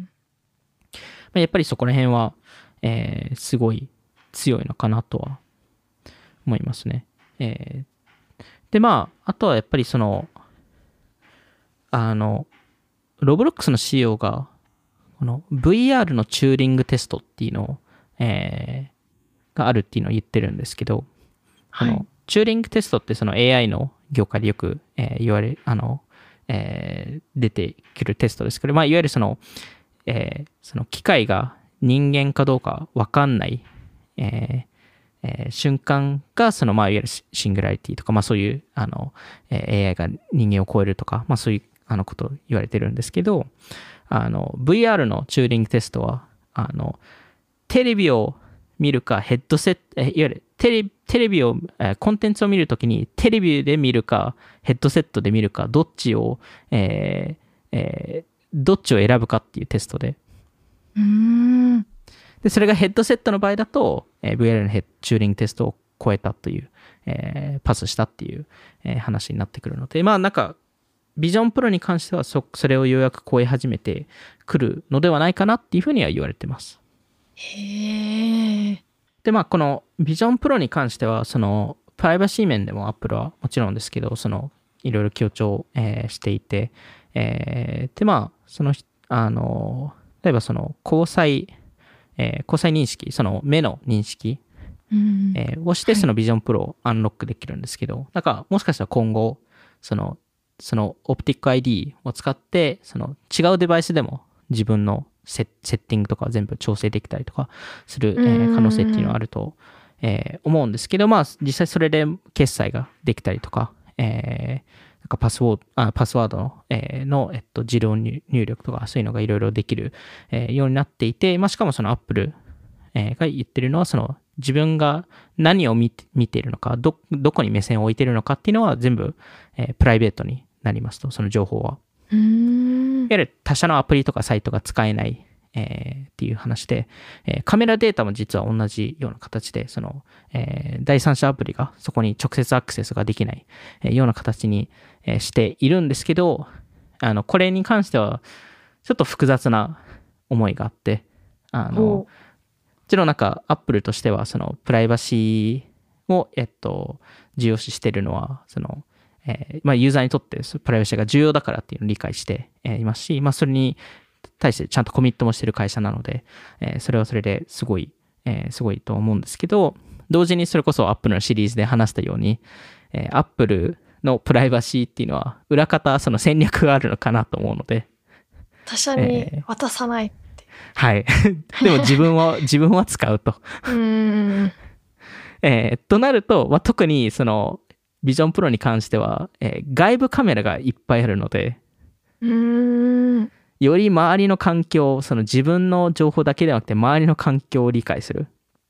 まあやっぱりそこら辺は、えーすごい強いのかなとは思いますね。えーで、まあ、あとはやっぱりその、あの、ロブロックスの シーイーオー が、この ブイアール のチューリングテストっていうのを、えーがあるっていうのを言ってるんですけど、こはい。 のチューリングテストってその エーアイ の業界でよく、えー言われ、あの、えー出てくるテストですけど、まあ、いわゆるその、えーその機械が人間かどうかわかんない、えーえー瞬間が、その、まあ、いわゆるシングラリティとか、まあ、そういう、あの、えー エーアイ が人間を超えるとか、まあ、そういう、あの、ことを言われてるんですけど、あの、ブイアール のチューリングテストは、あの、テレビを見るか、ヘッドセット、えいわゆるテレテレビを、えーコンテンツを見るときに、テレビで見るか、ヘッドセットで見るか、どっちを、えーえーどっちを選ぶかっていうテストで、 うーん。 で、それがヘッドセットの場合だと、えー ブイアール のヘッチューリングテストを超えたという、えーパスしたっていう、えー話になってくるので、まあなんか、ビジョンプロに関してはそ、それをようやく超え始めてくるのではないかなっていうふうには言われてます。 へえ。 で、まあこのビジョンプロに関しては、その、プライバシー面でも Apple はもちろんですけど、その、いろいろ強調、えーしていて、えーで、まあ、その、あの、例えばその、交際、えー交際認識、その目の認識、 うん。 えーをして、そのビジョンプロをアンロックできるんですけど、だからもしかしたら今後、その、そのオプティック アイディー を使って、その違うデバイスでも自分のセセッティングとか全部調整できたりとかする、えー可能性っていうのはあると、えー思うんですけど、まあ実際それで決済ができたりとか、えーなんかパスワード、あパスワードの、えーの、えっと、自動入力とかそういうのがいろいろできる、えーようになっていて、まあしかもその Apple えーが言ってるのは、その自分が何を見て見ているのか、ど、どこに目線を置いているのかっていうのは全部、えープライベートになりますと、その情報は。 うーん。 いわゆる他社のアプリとかサイトが使えない、えーっていう話で、えーカメラデータも実は同じような形で、その、えー第三者アプリがそこに直接アクセスができない、えーような形に、えーしているんですけど、あの、これに関しては、ちょっと複雑な思いがあって、あの、 ほもちろんなんか、アップルとしては、その、プライバシーを、えっと、重要視しているのは、その、えーまあ、ユーザーにとってプライバシーが重要だからっていうのを理解してえーいますし、まあ、それに対してちゃんとコミットもしている会社なので、えーそれはそれですごい、 えーすごいと思うんですけど、同時にそれこそ Apple のシリーズで話したように、えー Apple のプライバシーっていうのは裏方その戦略があるのかなと思うので、 他者に渡さないって、 はい。でも自分は、自分は使うと。 うーんえーとなると、まあ、特にその、ビジョンプロに関しては、えー外部カメラがいっぱいあるので、 うーんより周りの環境、その自分の情報だけではなくて、周りの環境を理解する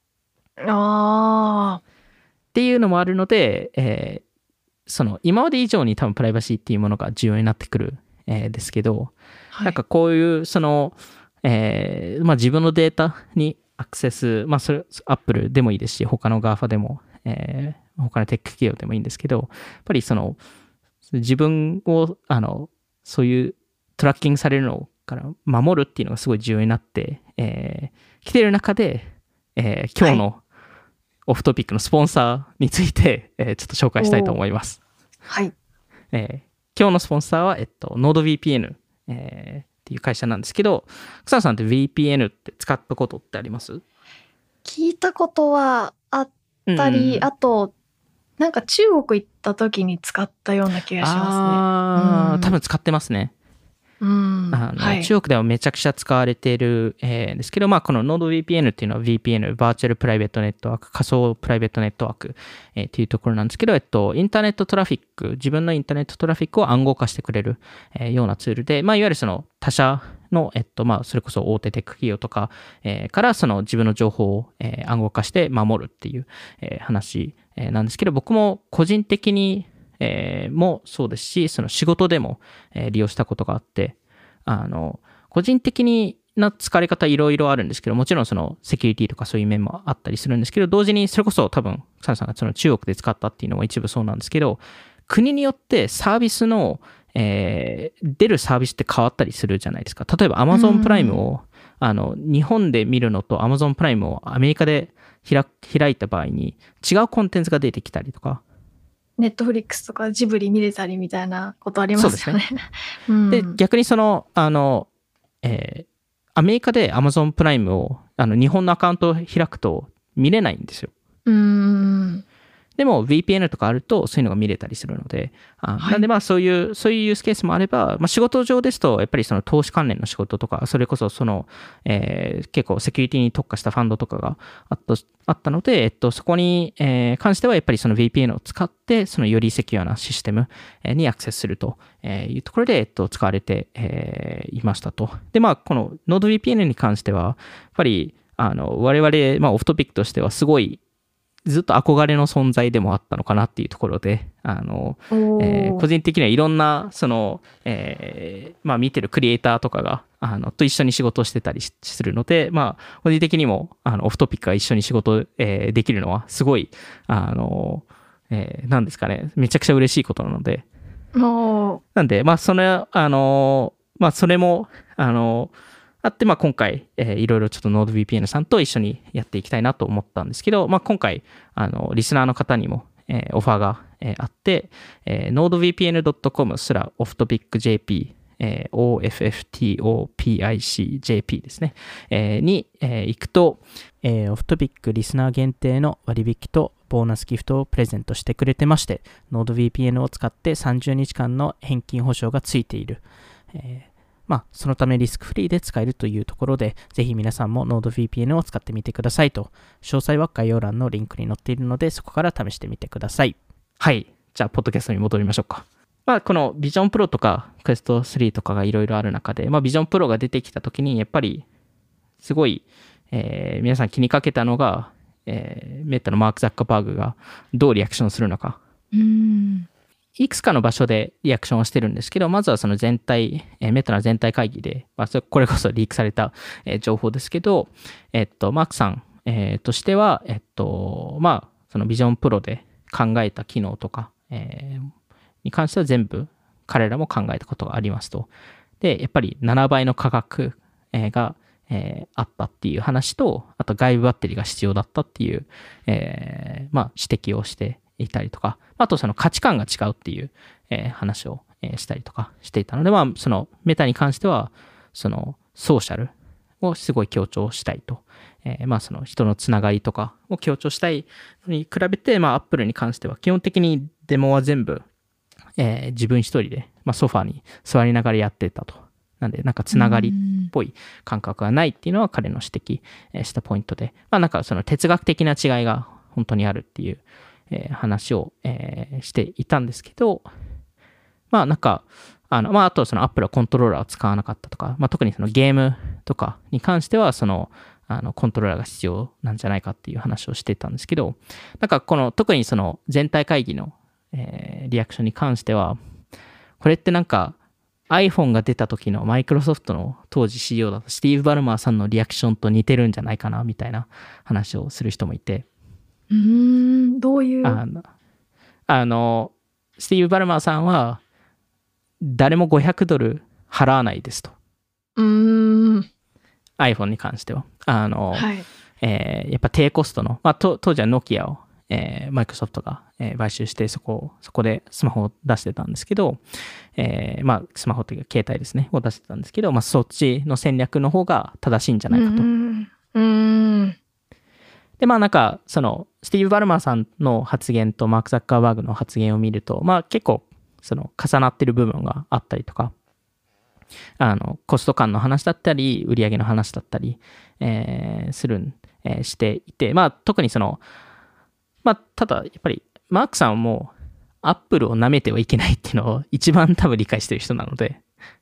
あっていうのもあるので、えーその、今まで以上に多分プライバシーっていうものが重要になってくる、えーですけど、 あ、 なんかこういう、その、えーまあ、自分のデータにアクセス、まあ、それ、Apple でもいいですし、他の ガーファ でも、えー他のテック企業でもいいんですけど、やっぱりその、自分を、あの、そういうトラッキングされるのから守るっていうのがすごい重要になって、えー来てる中で、えー今日のオフトピックのスポンサーについて、えーちょっと紹介したいと思います。 はい。 えー今日のスポンサーは、えっと、NordVPN、えーっていう会社なんですけど、草野さんって ブイピーエヌ って使ったことってあります？ 聞いたことはあったり、 うんあと、なんか中国行った時に使ったような気がしますね。 あー、 うん多分使ってますね。 うん。 あのはい。 中国ではめちゃくちゃ使われている、えーですけど、まあ、この NordVPN っていうのは ブイピーエヌ、バーチャルプライベートネットワーク、仮想プライベートネットワーク、えーっていうところなんですけど、えっと、インターネットトラフィック、自分のインターネットトラフィックを暗号化してくれる、えーようなツールで、まあ、いわゆるその他社の、えっと、まあ、それこそ大手テック企業とか、えーからその自分の情報を、えー暗号化して守るっていう、えー話、えーなんですけど、僕も個人的に、えーもそうですし、その仕事でも、えー利用したことがあって、あの、個人的にな使われ方いろいろあるんですけど、もちろんそのセキュリティとかそういう面もあったりするんですけど、同時にそれこそ多分、サンさんがその中国で使ったっていうのも一部そうなんですけど、国によってサービスの、えー出るサービスって変わったりするじゃないですか。例えば Amazon プライムを、あの、日本で見るのと Amazon プライムをアメリカで開開いた場合に違うコンテンツが出てきたりとか、 ネットフリックスとかジブリ見れたりみたいなことありますよね。 そううんで、逆にその、あの、えーアメリカで Amazon プライムを、あの、日本のアカウントを開くと見れないんですよ。 うーん。 でも ブイピーエヌ とかあるとそういうのが見れたりするので、あはいなんでまあそういう、そういうユースケースもあれば、まあ仕事上ですと、やっぱりその投資関連の仕事とか、それこそその、えー結構セキュリティに特化したファンドとかがあったあったので、えっと、そこに、えー関してはやっぱりその ブイピーエヌ を使って、そのよりセキュアなシステムにアクセスするというところで、えっと、使われて、えーいましたと。で、まあこの NordVPN に関しては、やっぱり、あの、我々、まあオフトピックとしてはすごい、ずっと憧れの存在でもあったのかなっていうところで、あの、 おーえー個人的にはいろんな、その、えーまあ見てるクリエイターとかが、あの、と一緒に仕事をしてたりしするので、まあ、個人的にも、あの、オフトピックが一緒に仕事、えーできるのは、すごい、あの、えーなんですかね、めちゃくちゃ嬉しいことなので、 もなんで、まあ、それ、あの、まあ、それも、あの、あって、まあ、今回、えーいろいろちょっと NordVPN さんと一緒にやっていきたいなと思ったんですけど、まあ、今回、あの、リスナーの方にも、えーオファーが、えーあって、えー、ノードブイピーエヌドットコム スラオフトピック ジェーピー、えー、オーエフエフティーオーピーアイシージェーピー ですね、えーに、えー行くと、えーオフトピックリスナー限定の割引とボーナスギフトをプレゼントしてくれてまして、NordVPN を使ってさんじゅうにちかんの返金保証がついている。えーまあ、そのためリスクフリーで使えるというところで、ぜひ皆さんも NordVPN を使ってみてくださいと。詳細は概要欄のリンクに載っているので、そこから試してみてください。はい。じゃあ、ポッドキャストに戻りましょうか。まあ、この Vision Pro とか Quest スリーとかがいろいろある中で、まあ、Vision Pro が出てきたときに、やっぱり、すごい、えー皆さん気にかけたのが、えーメタのマーク・ザッカーバーグがどうリアクションするのか。 う、うーん。 いくつかの場所でリアクションをしてるんですけど、まずはその全体、えーメタの全体会議で、まあ、それこれこそリークされた、えー情報ですけど、えっと、マークさん、えーとしては、えっと、まあ、そのビジョンプロで考えた機能とか、えーに関しては全部彼らも考えたことがありますと。で、やっぱりななばいの価格えーが、えーあったっていう話と、あと外部バッテリーが必要だったっていう、えーまあ、指摘をしていたりとか、あとその価値観が違うっていう、えー話を、えーしたりとかしていたので、まあ、そのメタに関しては、そのソーシャルをすごい強調したいとえーまあその人のつながりとかを強調したいのに比べて、まあ Apple に関しては基本的にデモは全部、えー自分一人で、まあ、ソファに座りながらやってたと。なんでなんかつながりっぽい感覚がないっていうのは彼の指摘したポイントで、まあなんかその哲学的な違いが本当にあるっていう、えー話を、えーしていたんですけど、まあなんか、あの、まああとその Apple はコントローラーを使わなかったとか、まあ特にそのゲームとかに関してはその、あのコントローラーが必要なんじゃないかっていう話をしてたんですけど、なんかこの特にその全体会議の、えーリアクションに関しては、これってなんか iPhone が出た時のマイクロソフトの当時 シーイーオー だったスティーブ・バルマーさんのリアクションと似てるんじゃないかなみたいな話をする人もいて、 うーん、どういうあの、あのスティーブ・バルマーさんは誰もごひゃくドル払わないですと。 うーん iPhone に関しては。あの、 はいえーやっぱ低コストの、まあ、と当時はノキアを、えー、マイクロソフトが、えー買収してそこを、そこでスマホを出してたんですけど、えーまあ、スマホというか携帯ですね、を出してたんですけど、まあ、そっちの戦略の方が正しいんじゃないかと。 うーんうーんで、まあなんか、その、スティーブ・バルマーさんの発言とマーク・ザッカーバーグの発言を見ると、まあ結構、その、重なってる部分があったりとか、あの、コスト感の話だったり、売上の話だったり、えーするん、えーしていて、まあ特にその、まあただ、やっぱり、マークさんはもう、アップルを舐めてはいけないっていうのを一番多分理解してる人なので、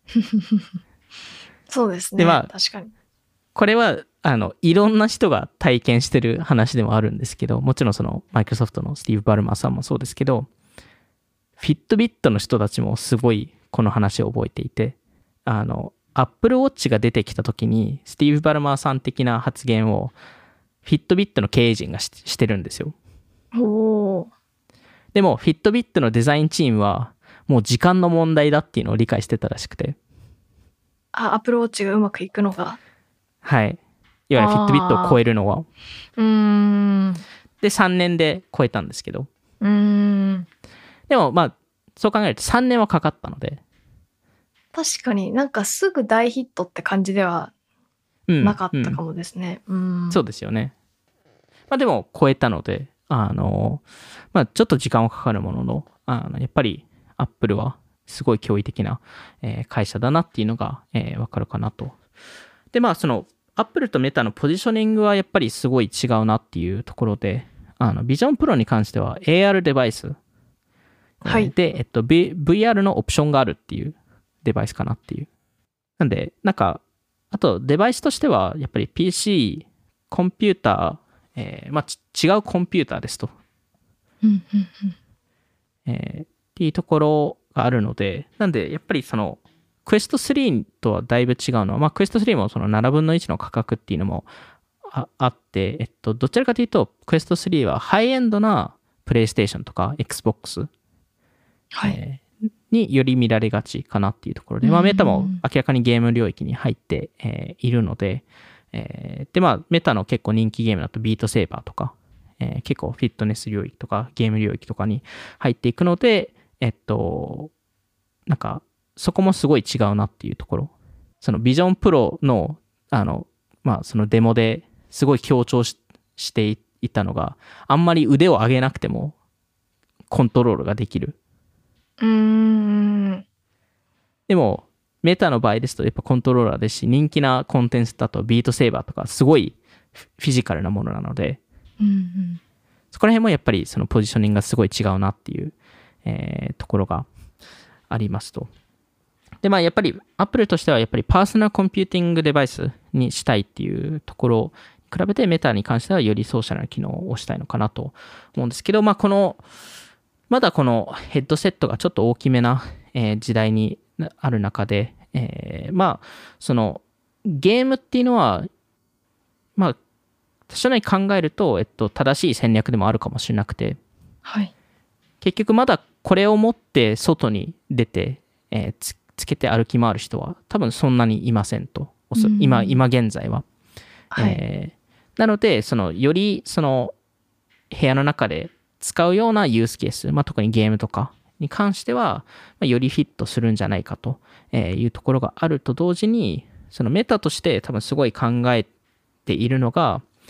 そうですね。 でまあ確かに。 これは、あの、いろんな人が体験してる話でもあるんですけど、もちろんその、マイクロソフトのスティーブ・バルマーさんもそうですけど、フィットビットの人たちもすごいこの話を覚えていて、あの、Apple Watch が出てきた時に、スティーブ・バルマーさん的な発言を、フィットビットの経営陣がし、してるんですよ。 おーでも、フィットビットのデザインチームは、もう時間の問題だっていうのを理解してたらしくて、 あ、アプローチがうまくいくのが。 はい。いわゆるフィットビットを超えるのは。 うーん。うで、さんねんで超えたんですけど、 ーん。 でも、まあ、そう考えるとさんねんはかかったので、 確かになんかすぐ大ヒットって感じではうん。 なかったかうんもですね。うーん。 そうですよね。まあでも超えたので、あの、まあちょっと時間はかかるものの、あのやっぱり Apple はすごい驚異的な、えー会社だなっていうのが、えーわかるかなと。で、まあその Apple とメタのポジショニングはやっぱりすごい違うなっていうところで、あの Vision Pro に関しては エーアール デバイス、 はいで、えっと、V- ブイアール のオプションがあるっていうデバイスかなっていう。なんで、なんか、あとデバイスとしては、やっぱり ピーシー、コンピューター、えーまあ、ち違うコンピューターですと、 うんうんうんえーっていうところがあるので、なんで、やっぱりその、クエストスリーとはだいぶ違うのは、まあ、クエストスリーもそのななぶんのいちの価格っていうのも あ, あって、えっと、どちらかというと、クエストスリーはハイエンドなプレイステーションとか Xbox、 はい。 えーにより見られがちかなっていうところで、まあ、 うんメタも明らかにゲーム領域に入って、えーいるので、えーで、まあ、メタの結構人気ゲームだとビートセーバーとか、えー結構フィットネス領域とかゲーム領域とかに入っていくので、えっと、なんか、そこもすごい違うなっていうところ。そのビジョンプロの、あの、まあ、そのデモですごい強調ししていたのが、あんまり腕を上げなくてもコントロールができる。 うーん。 でも、メタの場合ですとやっぱコントローラーですし、人気なコンテンツだとビートセーバーとかすごいフィジカルなものなので、 うんうんそこら辺もやっぱりそのポジショニングがすごい違うなっていう、えーところがありますと。で、まあやっぱり Apple としてはやっぱりパーソナルコンピューティングデバイスにしたいっていうところに比べてメタに関してはよりソーシャルな機能をしたいのかなと思うんですけど、まあこの、まだこのヘッドセットがちょっと大きめな、えー時代にある中で、えーまあそのゲームっていうのは、まあ多少に考えると、えっと、正しい戦略でもあるかもしれなくて、 はい。 結局まだこれを持って外に出て、えーつつけて歩き回る人は多分そんなにいませんと、おそうん今今現在は。 はい。 えーなのでそのよりその部屋の中で使うようなユースケース、まあ、特にゲームとかに関しては、まあ、よりフィットするんじゃないかというところがあると同時に、そのメタとして多分すごい考えているのが、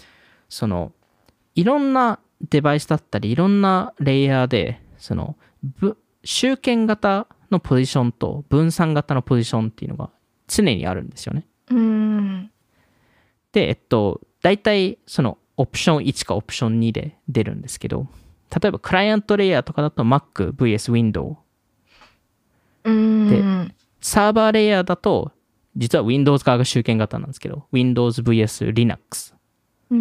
そのいろんなデバイスだったりいろんなレイヤーでその集権型のポジションと分散型のポジションっていうのが常にあるんですよね。 うん。 で、えっと、大体そのオプションいちかオプションにで出るんですけど、例えばクライアントレイヤーとかだと Mac vs Windows。 うん。 で、サーバーレイヤーだと、実は Windows 側が集権型なんですけど、Windows vs Linux。 うん。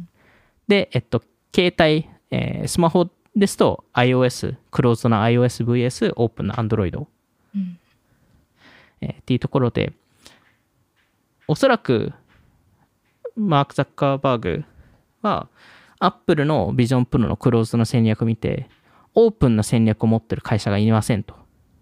で、えっと、携帯、えースマホですと iOS、クローズドな iOS vs オープンな Android。 うんえーっていうところで、おそらく、マーク・ザッカーバーグは、Apple の Vision Pro のクローズドの戦略を見て、オープンな戦略を持ってる会社がいませんと。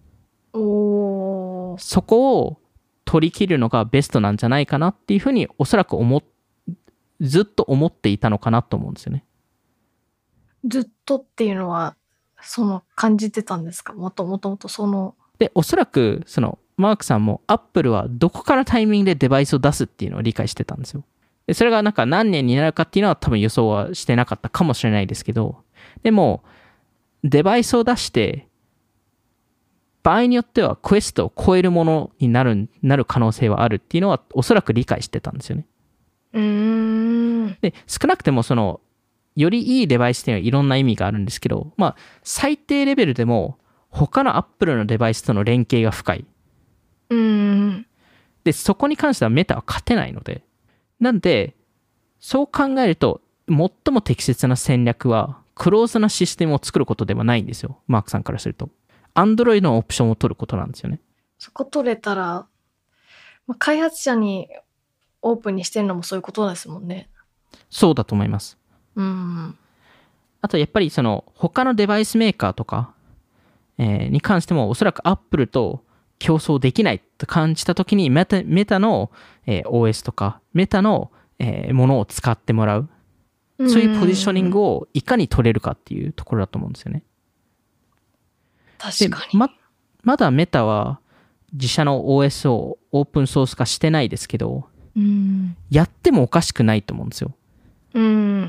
おー。 そこを取り切るのがベストなんじゃないかなっていうふうに、おそらく思っ、ずっと思っていたのかなと思うんですよね。 ずっとっていうのは、その感じてたんですか？もともともとその。 で、おそらく、その、マークさんも Apple はどこからタイミングでデバイスを出すっていうのを理解してたんですよ。で、それがなんか何年になるかっていうのは多分予想はしてなかったかもしれないですけど、でも、デバイスを出して、場合によってはクエストを超えるものになる、なる可能性はあるっていうのはおそらく理解してたんですよね。 うーん。 で、少なくてもその、よりいいデバイスっていうのはいろんな意味があるんですけど、まあ、最低レベルでも他の Apple のデバイスとの連携が深い。 うーん。 で、そこに関してはメタは勝てないので、なんで、そう考えると、最も適切な戦略は、クローズなシステムを作ることではないんですよ。マークさんからすると。Android のオプションを取ることなんですよね。 そこ取れたら、まあ、開発者にオープンにしてるのもそういうことですもんね。 そうだと思います。 うん。 あと、やっぱりその、他のデバイスメーカーとか、えーに関しても、おそらく Apple と競争できないと感じたときに、メタ、メタの、えー オーエス とか、メタの、えーものを使ってもらう。そういうポジショニングをいかに取れるかっていうところだと思うんですよね。 確かに。 ま、まだメタは自社の オーエス をオープンソース化してないですけど、 うん。 やってもおかしくないと思うんですよ。 うん。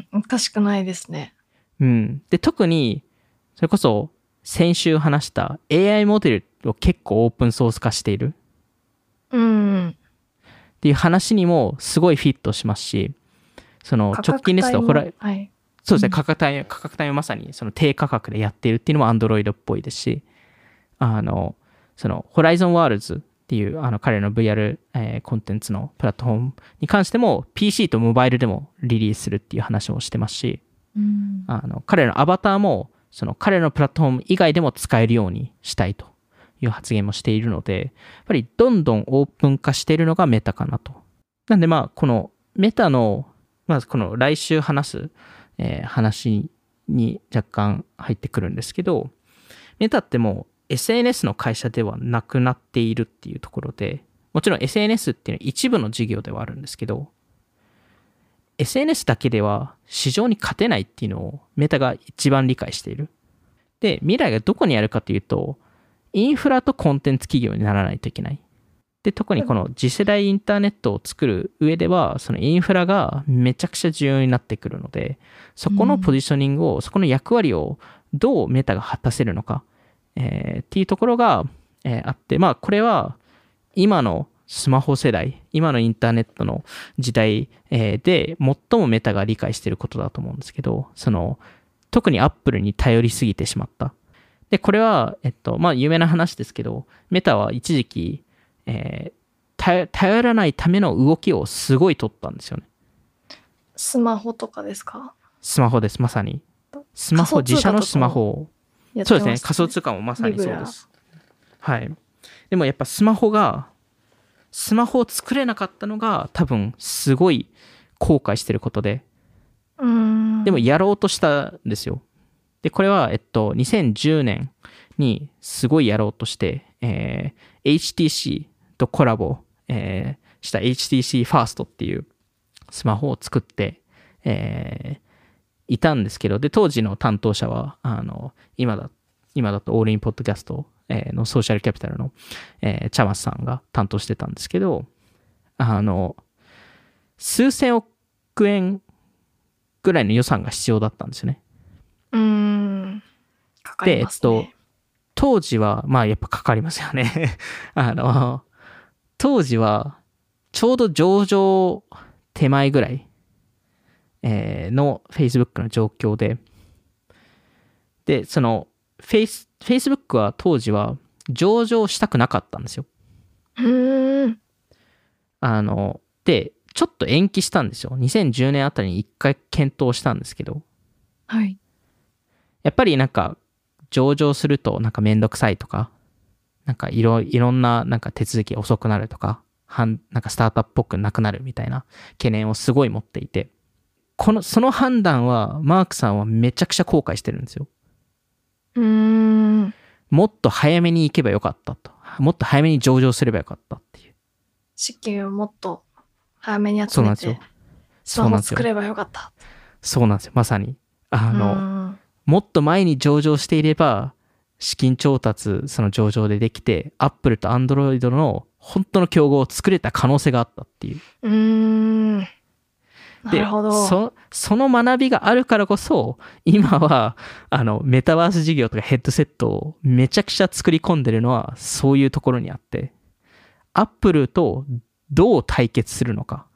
おかしくないですね。 うん。で、特に、それこそ先週話した エーアイ モデルを結構オープンソース化しているうん。 っていう話にもすごいフィットしますし、その直近ですと、ほら、 はい。 そうですね、価格帯、価格帯をまさにその低価格でやっているっていうのも Android っぽいですし、あの、その Horizon Worlds っていうあの彼の ブイアール、えーコンテンツのプラットフォームに関しても ピーシー とモバイルでもリリースするっていう話をしてますし、 うん。 あの彼のアバターもその彼のプラットフォーム以外でも使えるようにしたいという発言もしているので、やっぱりどんどんオープン化しているのがメタかなと。なんでまあこのメタのまずこの来週話す、えー話に若干入ってくるんですけど、メタってもう エスエヌエス の会社ではなくなっているっていうところで、もちろん エスエヌエス っていうのは一部の事業ではあるんですけど、エスエヌエス だけでは市場に勝てないっていうのをメタが一番理解している。で、未来がどこにあるかというと、インフラとコンテンツ企業にならないといけない。で、特にこの次世代インターネットを作る上では、そのインフラがめちゃくちゃ重要になってくるので、そこのポジショニングを、うん、そこの役割をどうメタが果たせるのか、えー、っていうところが、えー、あって、まあこれは今のスマホ世代、今のインターネットの時代、えー、で最もメタが理解していることだと思うんですけど、その特にアップルに頼りすぎてしまった。で、これは、えっと、まあ有名な話ですけど、メタは一時期、えー、頼らないための動きをすごい取ったんですよね。 スマホとかですか？ スマホです、まさに。スマホ、自社のスマホを。そうですね、仮想通貨もまさにそうです。はい。でもやっぱスマホが、スマホを作れなかったのが多分すごい後悔してることで。 うーん。 でもやろうとしたんですよ。で、これは、えっと、にせんじゅうねんにすごいやろうとして、えー、エイチティーシー とコラボ、えー、した エイチティーシー ファーストっていうスマホを作って、えー、いたんですけど、で、当時の担当者は、あの、今だ、今だとオールインポッドキャストのソーシャルキャピタルの、えー、チャマスさんが担当してたんですけど、あの、数千億円ぐらいの予算が必要だったんですよね。 うーん。かかりますね。 で、えっと、当時は、まあやっぱかかりますよね。あの、当時は、ちょうど上場手前ぐらい、えーの Facebook の状況で、で、その、フェイス、Facebook は当時は上場したくなかったんですよ。 うーん。 あの、で、ちょっと延期したんですよ。にせんじゅうねんあたりに一回検討したんですけど、 はい。 やっぱりなんか、上場するとなんかめんどくさいとか、なんかいろ、いろんななんか手続き遅くなるとか、はんなんかスタートアップっぽくなくなるみたいな懸念をすごい持っていて、この、その判断はマークさんはめちゃくちゃ後悔してるんですよ。 うーん。 もっと早めに行けばよかったと。もっと早めに上場すればよかったっていう。 資金をもっと早めに集めそうなんですよて、。スマそうなんですよホ作ればよかった。 そうなんですよ。まさに。あうの、 ーん。 もっと前に上場していれば、資金調達、その上場でできて、アップルとアンドロイドの本当の競合を作れた可能性があったっていう。 うーん。なでるほど。 そ、その学びがあるからこそ、今は、あの、メタバース事業とかヘッドセットをめちゃくちゃ作り込んでるのは、そういうところにあって、アップルとどう対決するのか。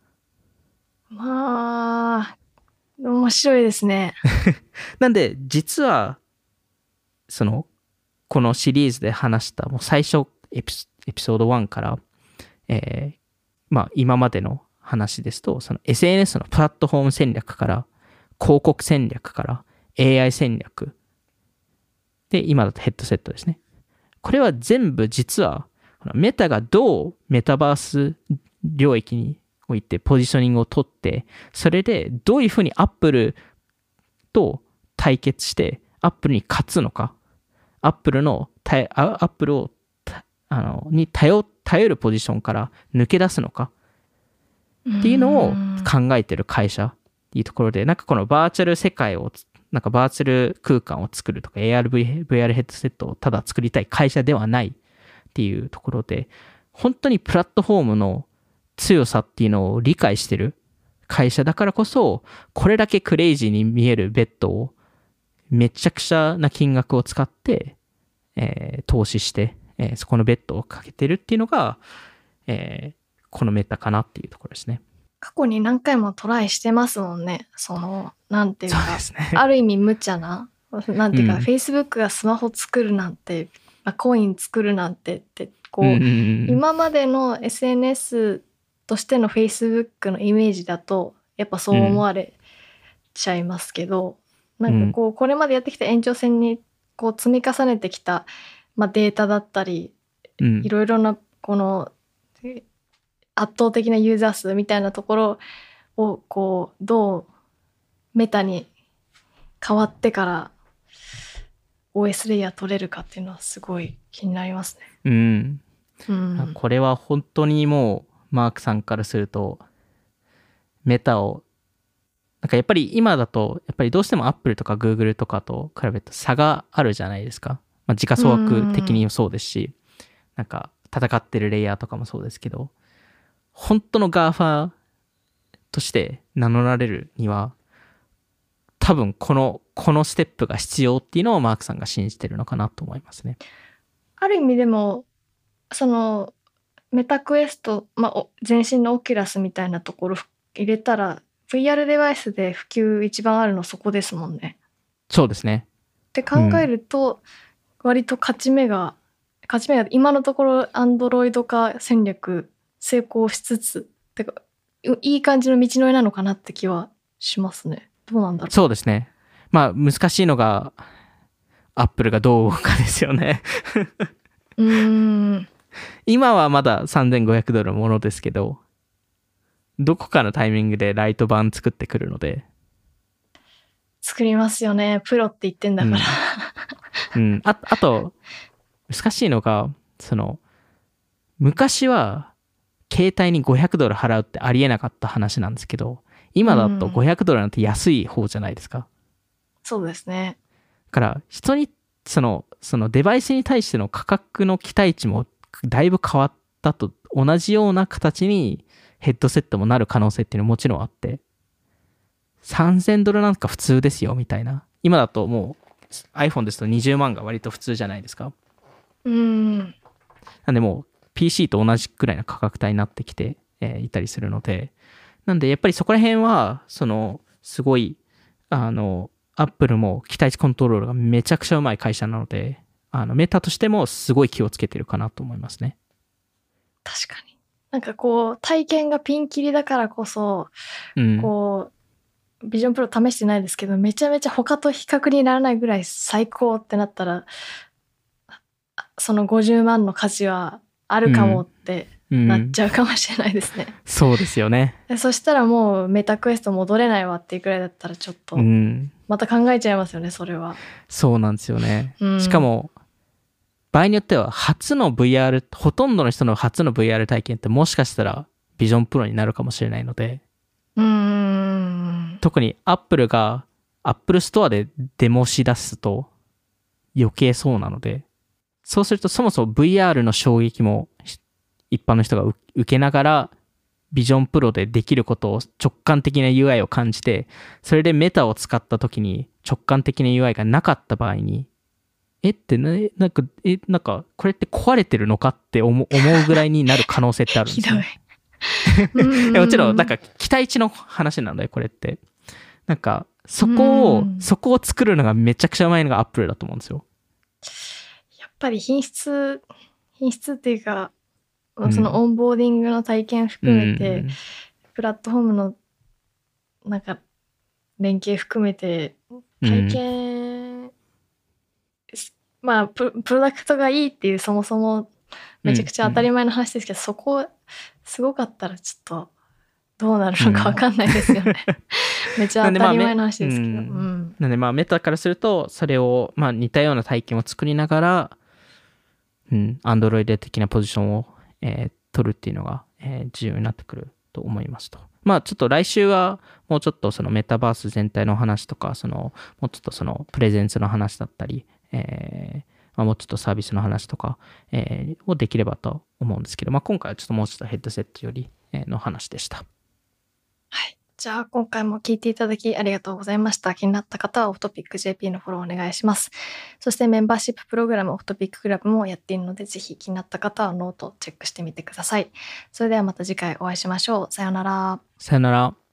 まあ、面白いですね。 なんで、実は、その、このシリーズで話した、もう最初エピ、エピソードワンから、えー、まあ、今までの話ですと、その エスエヌエス のプラットフォーム戦略から、広告戦略から、エーアイ 戦略。で、今だとヘッドセットですね。これは全部実は、メタがどうメタバース領域においてポジショニングを取って、それでどういうふうにアップルと対決して、アップルに勝つのか、アップルの、アップルを、あの、に頼、頼るポジションから抜け出すのかっていうのを考えてる会社っていうところで、なんかこのバーチャル世界を、なんかバーチャル空間を作るとか エーアール、ブイアール ヘッドセットをただ作りたい会社ではないっていうところで、本当にプラットフォームの強さっていうのを理解してる会社だからこそ、これだけクレイジーに見えるベッドをめちゃくちゃな金額を使って、えー、投資して、えー、そこのベッドをかけてるっていうのが、えー、このメタかなっていうところですね。 過去に何回もトライしてますもんね。その、なんていうか、 そうですね、 ある意味無茶な、なんていうか、 うん、 Facebook がスマホ作るなんて、まあ、コイン作るなんてって、こう、 うんうんうん、 今までの エスエヌエス としての Facebook のイメージだと、やっぱそう思われちゃいますけど、うん、なんかこう、これまでやってきた延長線にこう積み重ねてきた、まあ、データだったり、うん、いろいろなこの圧倒的なユーザー数みたいなところをこうどうメタに変わってから オーエス レイヤー取れるかっていうのはすごい気になりますね。 うん、 うん、 これは本当にもうマークさんからするとメタをなんかやっぱり今だとやっぱりどうしても Apple とか Google とかと比べると差があるじゃないですか。まあ、時価総額的にもそうですし、なんか戦ってるレイヤーとかもそうですけど、本当の ガーファ として名乗られるには多分このこのステップが必要っていうのをマークさんが信じてるのかなと思いますね。 ある意味でもそのメタクエスト、まあ、前身のオキュラスみたいなところ入れたら ブイアール デバイスで普及一番あるのそこですもんね。 そうですね。 って考えると、うん、割と勝ち目が勝ち目が今のところアンドロイド化戦略成功しつつてかいい感じの道のりなのかなって気はしますね。どうなんだろう。 そうですね。まあ難しいのがアップルがどう動くかですよね。 うーん。 今はまださんぜんごひゃくドルのものですけど、どこかのタイミングでライト版作ってくるので。 作りますよね。プロって言ってんだから。 うん。うん、あ, あと難しいのがその昔は携帯にごひゃくドル払うってありえなかった話なんですけど、今だとごひゃくドルなんて安い方じゃないですか。うん、 そうですね。 だから人にそのそのデバイスに対しての価格の期待値もだいぶ変わったと同じような形にヘッドセットもなる可能性っていうのはもちろんあって、 さんぜんドルなんか普通ですよみたいな。今だともう iPhone ですとにじゅうまんが割と普通じゃないですか。 うん。 なんでもう ピーシー と同じくらいの価格帯になってきて、えーいたりするので、なんでやっぱりそこら辺はそのすごいあのアップルも期待値コントロールがめちゃくちゃうまい会社なので、あのメタとしてもすごい気をつけてるかなと思いますね。 確かに。なんかこう体験がピンキリだからこそ、 うん、 こうビジョンプロ試してないですけど、めちゃめちゃ他と比較にならないぐらい最高ってなったら、そのごじゅうまんの価値はあるかもってなっちゃうかもしれないですね。うん、 そうですよね。 そしたらもうメタクエスト戻れないわっていうくらいだったらちょっとまた考えちゃいますよね、それは。 そうなんですよね。 うん、 しかも場合によっては初の ブイアール、ほとんどの人の初の ブイアール 体験ってもしかしたらビジョンプロになるかもしれないので、 うーん、 特に Apple が Apple ストアでデモし出すと余計そうなので、そうするとそもそも ブイアール の衝撃も一般の人が受けながらビジョンプロでできることを直感的な ユーアイ を感じて、それでメタを使った時に直感的な ユーアイ がなかった場合に、えってね、なんか、え、なんか、これって壊れてるのかって思うぐらいになる可能性ってあるんですよ。ひどい。もちろん、なんか、期待値の話なんだよ、これって。なんか、そこを、そこを作るのがめちゃくちゃうまいのが Apple だと思うんですよ。 やっぱり品質、品質っていうか、そのオンボーディングの体験含めて、うん、プラットフォームの、なんか、連携含めて、体験、うん、まあプ、プロダクトがいいっていうそもそもめちゃくちゃ当たり前の話ですけど、うんうん、そこすごかったらちょっとどうなるのか分かんないですよね、うん、めっちゃ当たり前の話ですけど、 なんでまあ、うん、なんでまあメタからするとそれをまあ似たような体験を作りながら、うん、Android 的なポジションを、えー、取るっていうのが、えー、重要になってくると思いますと。まあちょっと来週はもうちょっとそのメタバース全体の話とか、そのもうちょっとそのプレゼンスの話だったり、えーまあ、もうちょっとサービスの話とか、えー、をできればと思うんですけど、まあ、今回はちょっともうちょっとヘッドセットよりの話でした。 はい。じゃあ今回も聞いていただきありがとうございました。気になった方はオフトピック ジェーピー のフォローお願いします。そしてメンバーシッププログラムオフトピッククラブもやっているので、ぜひ気になった方はノートをチェックしてみてください。それではまた次回お会いしましょう。さようなら。 さようなら。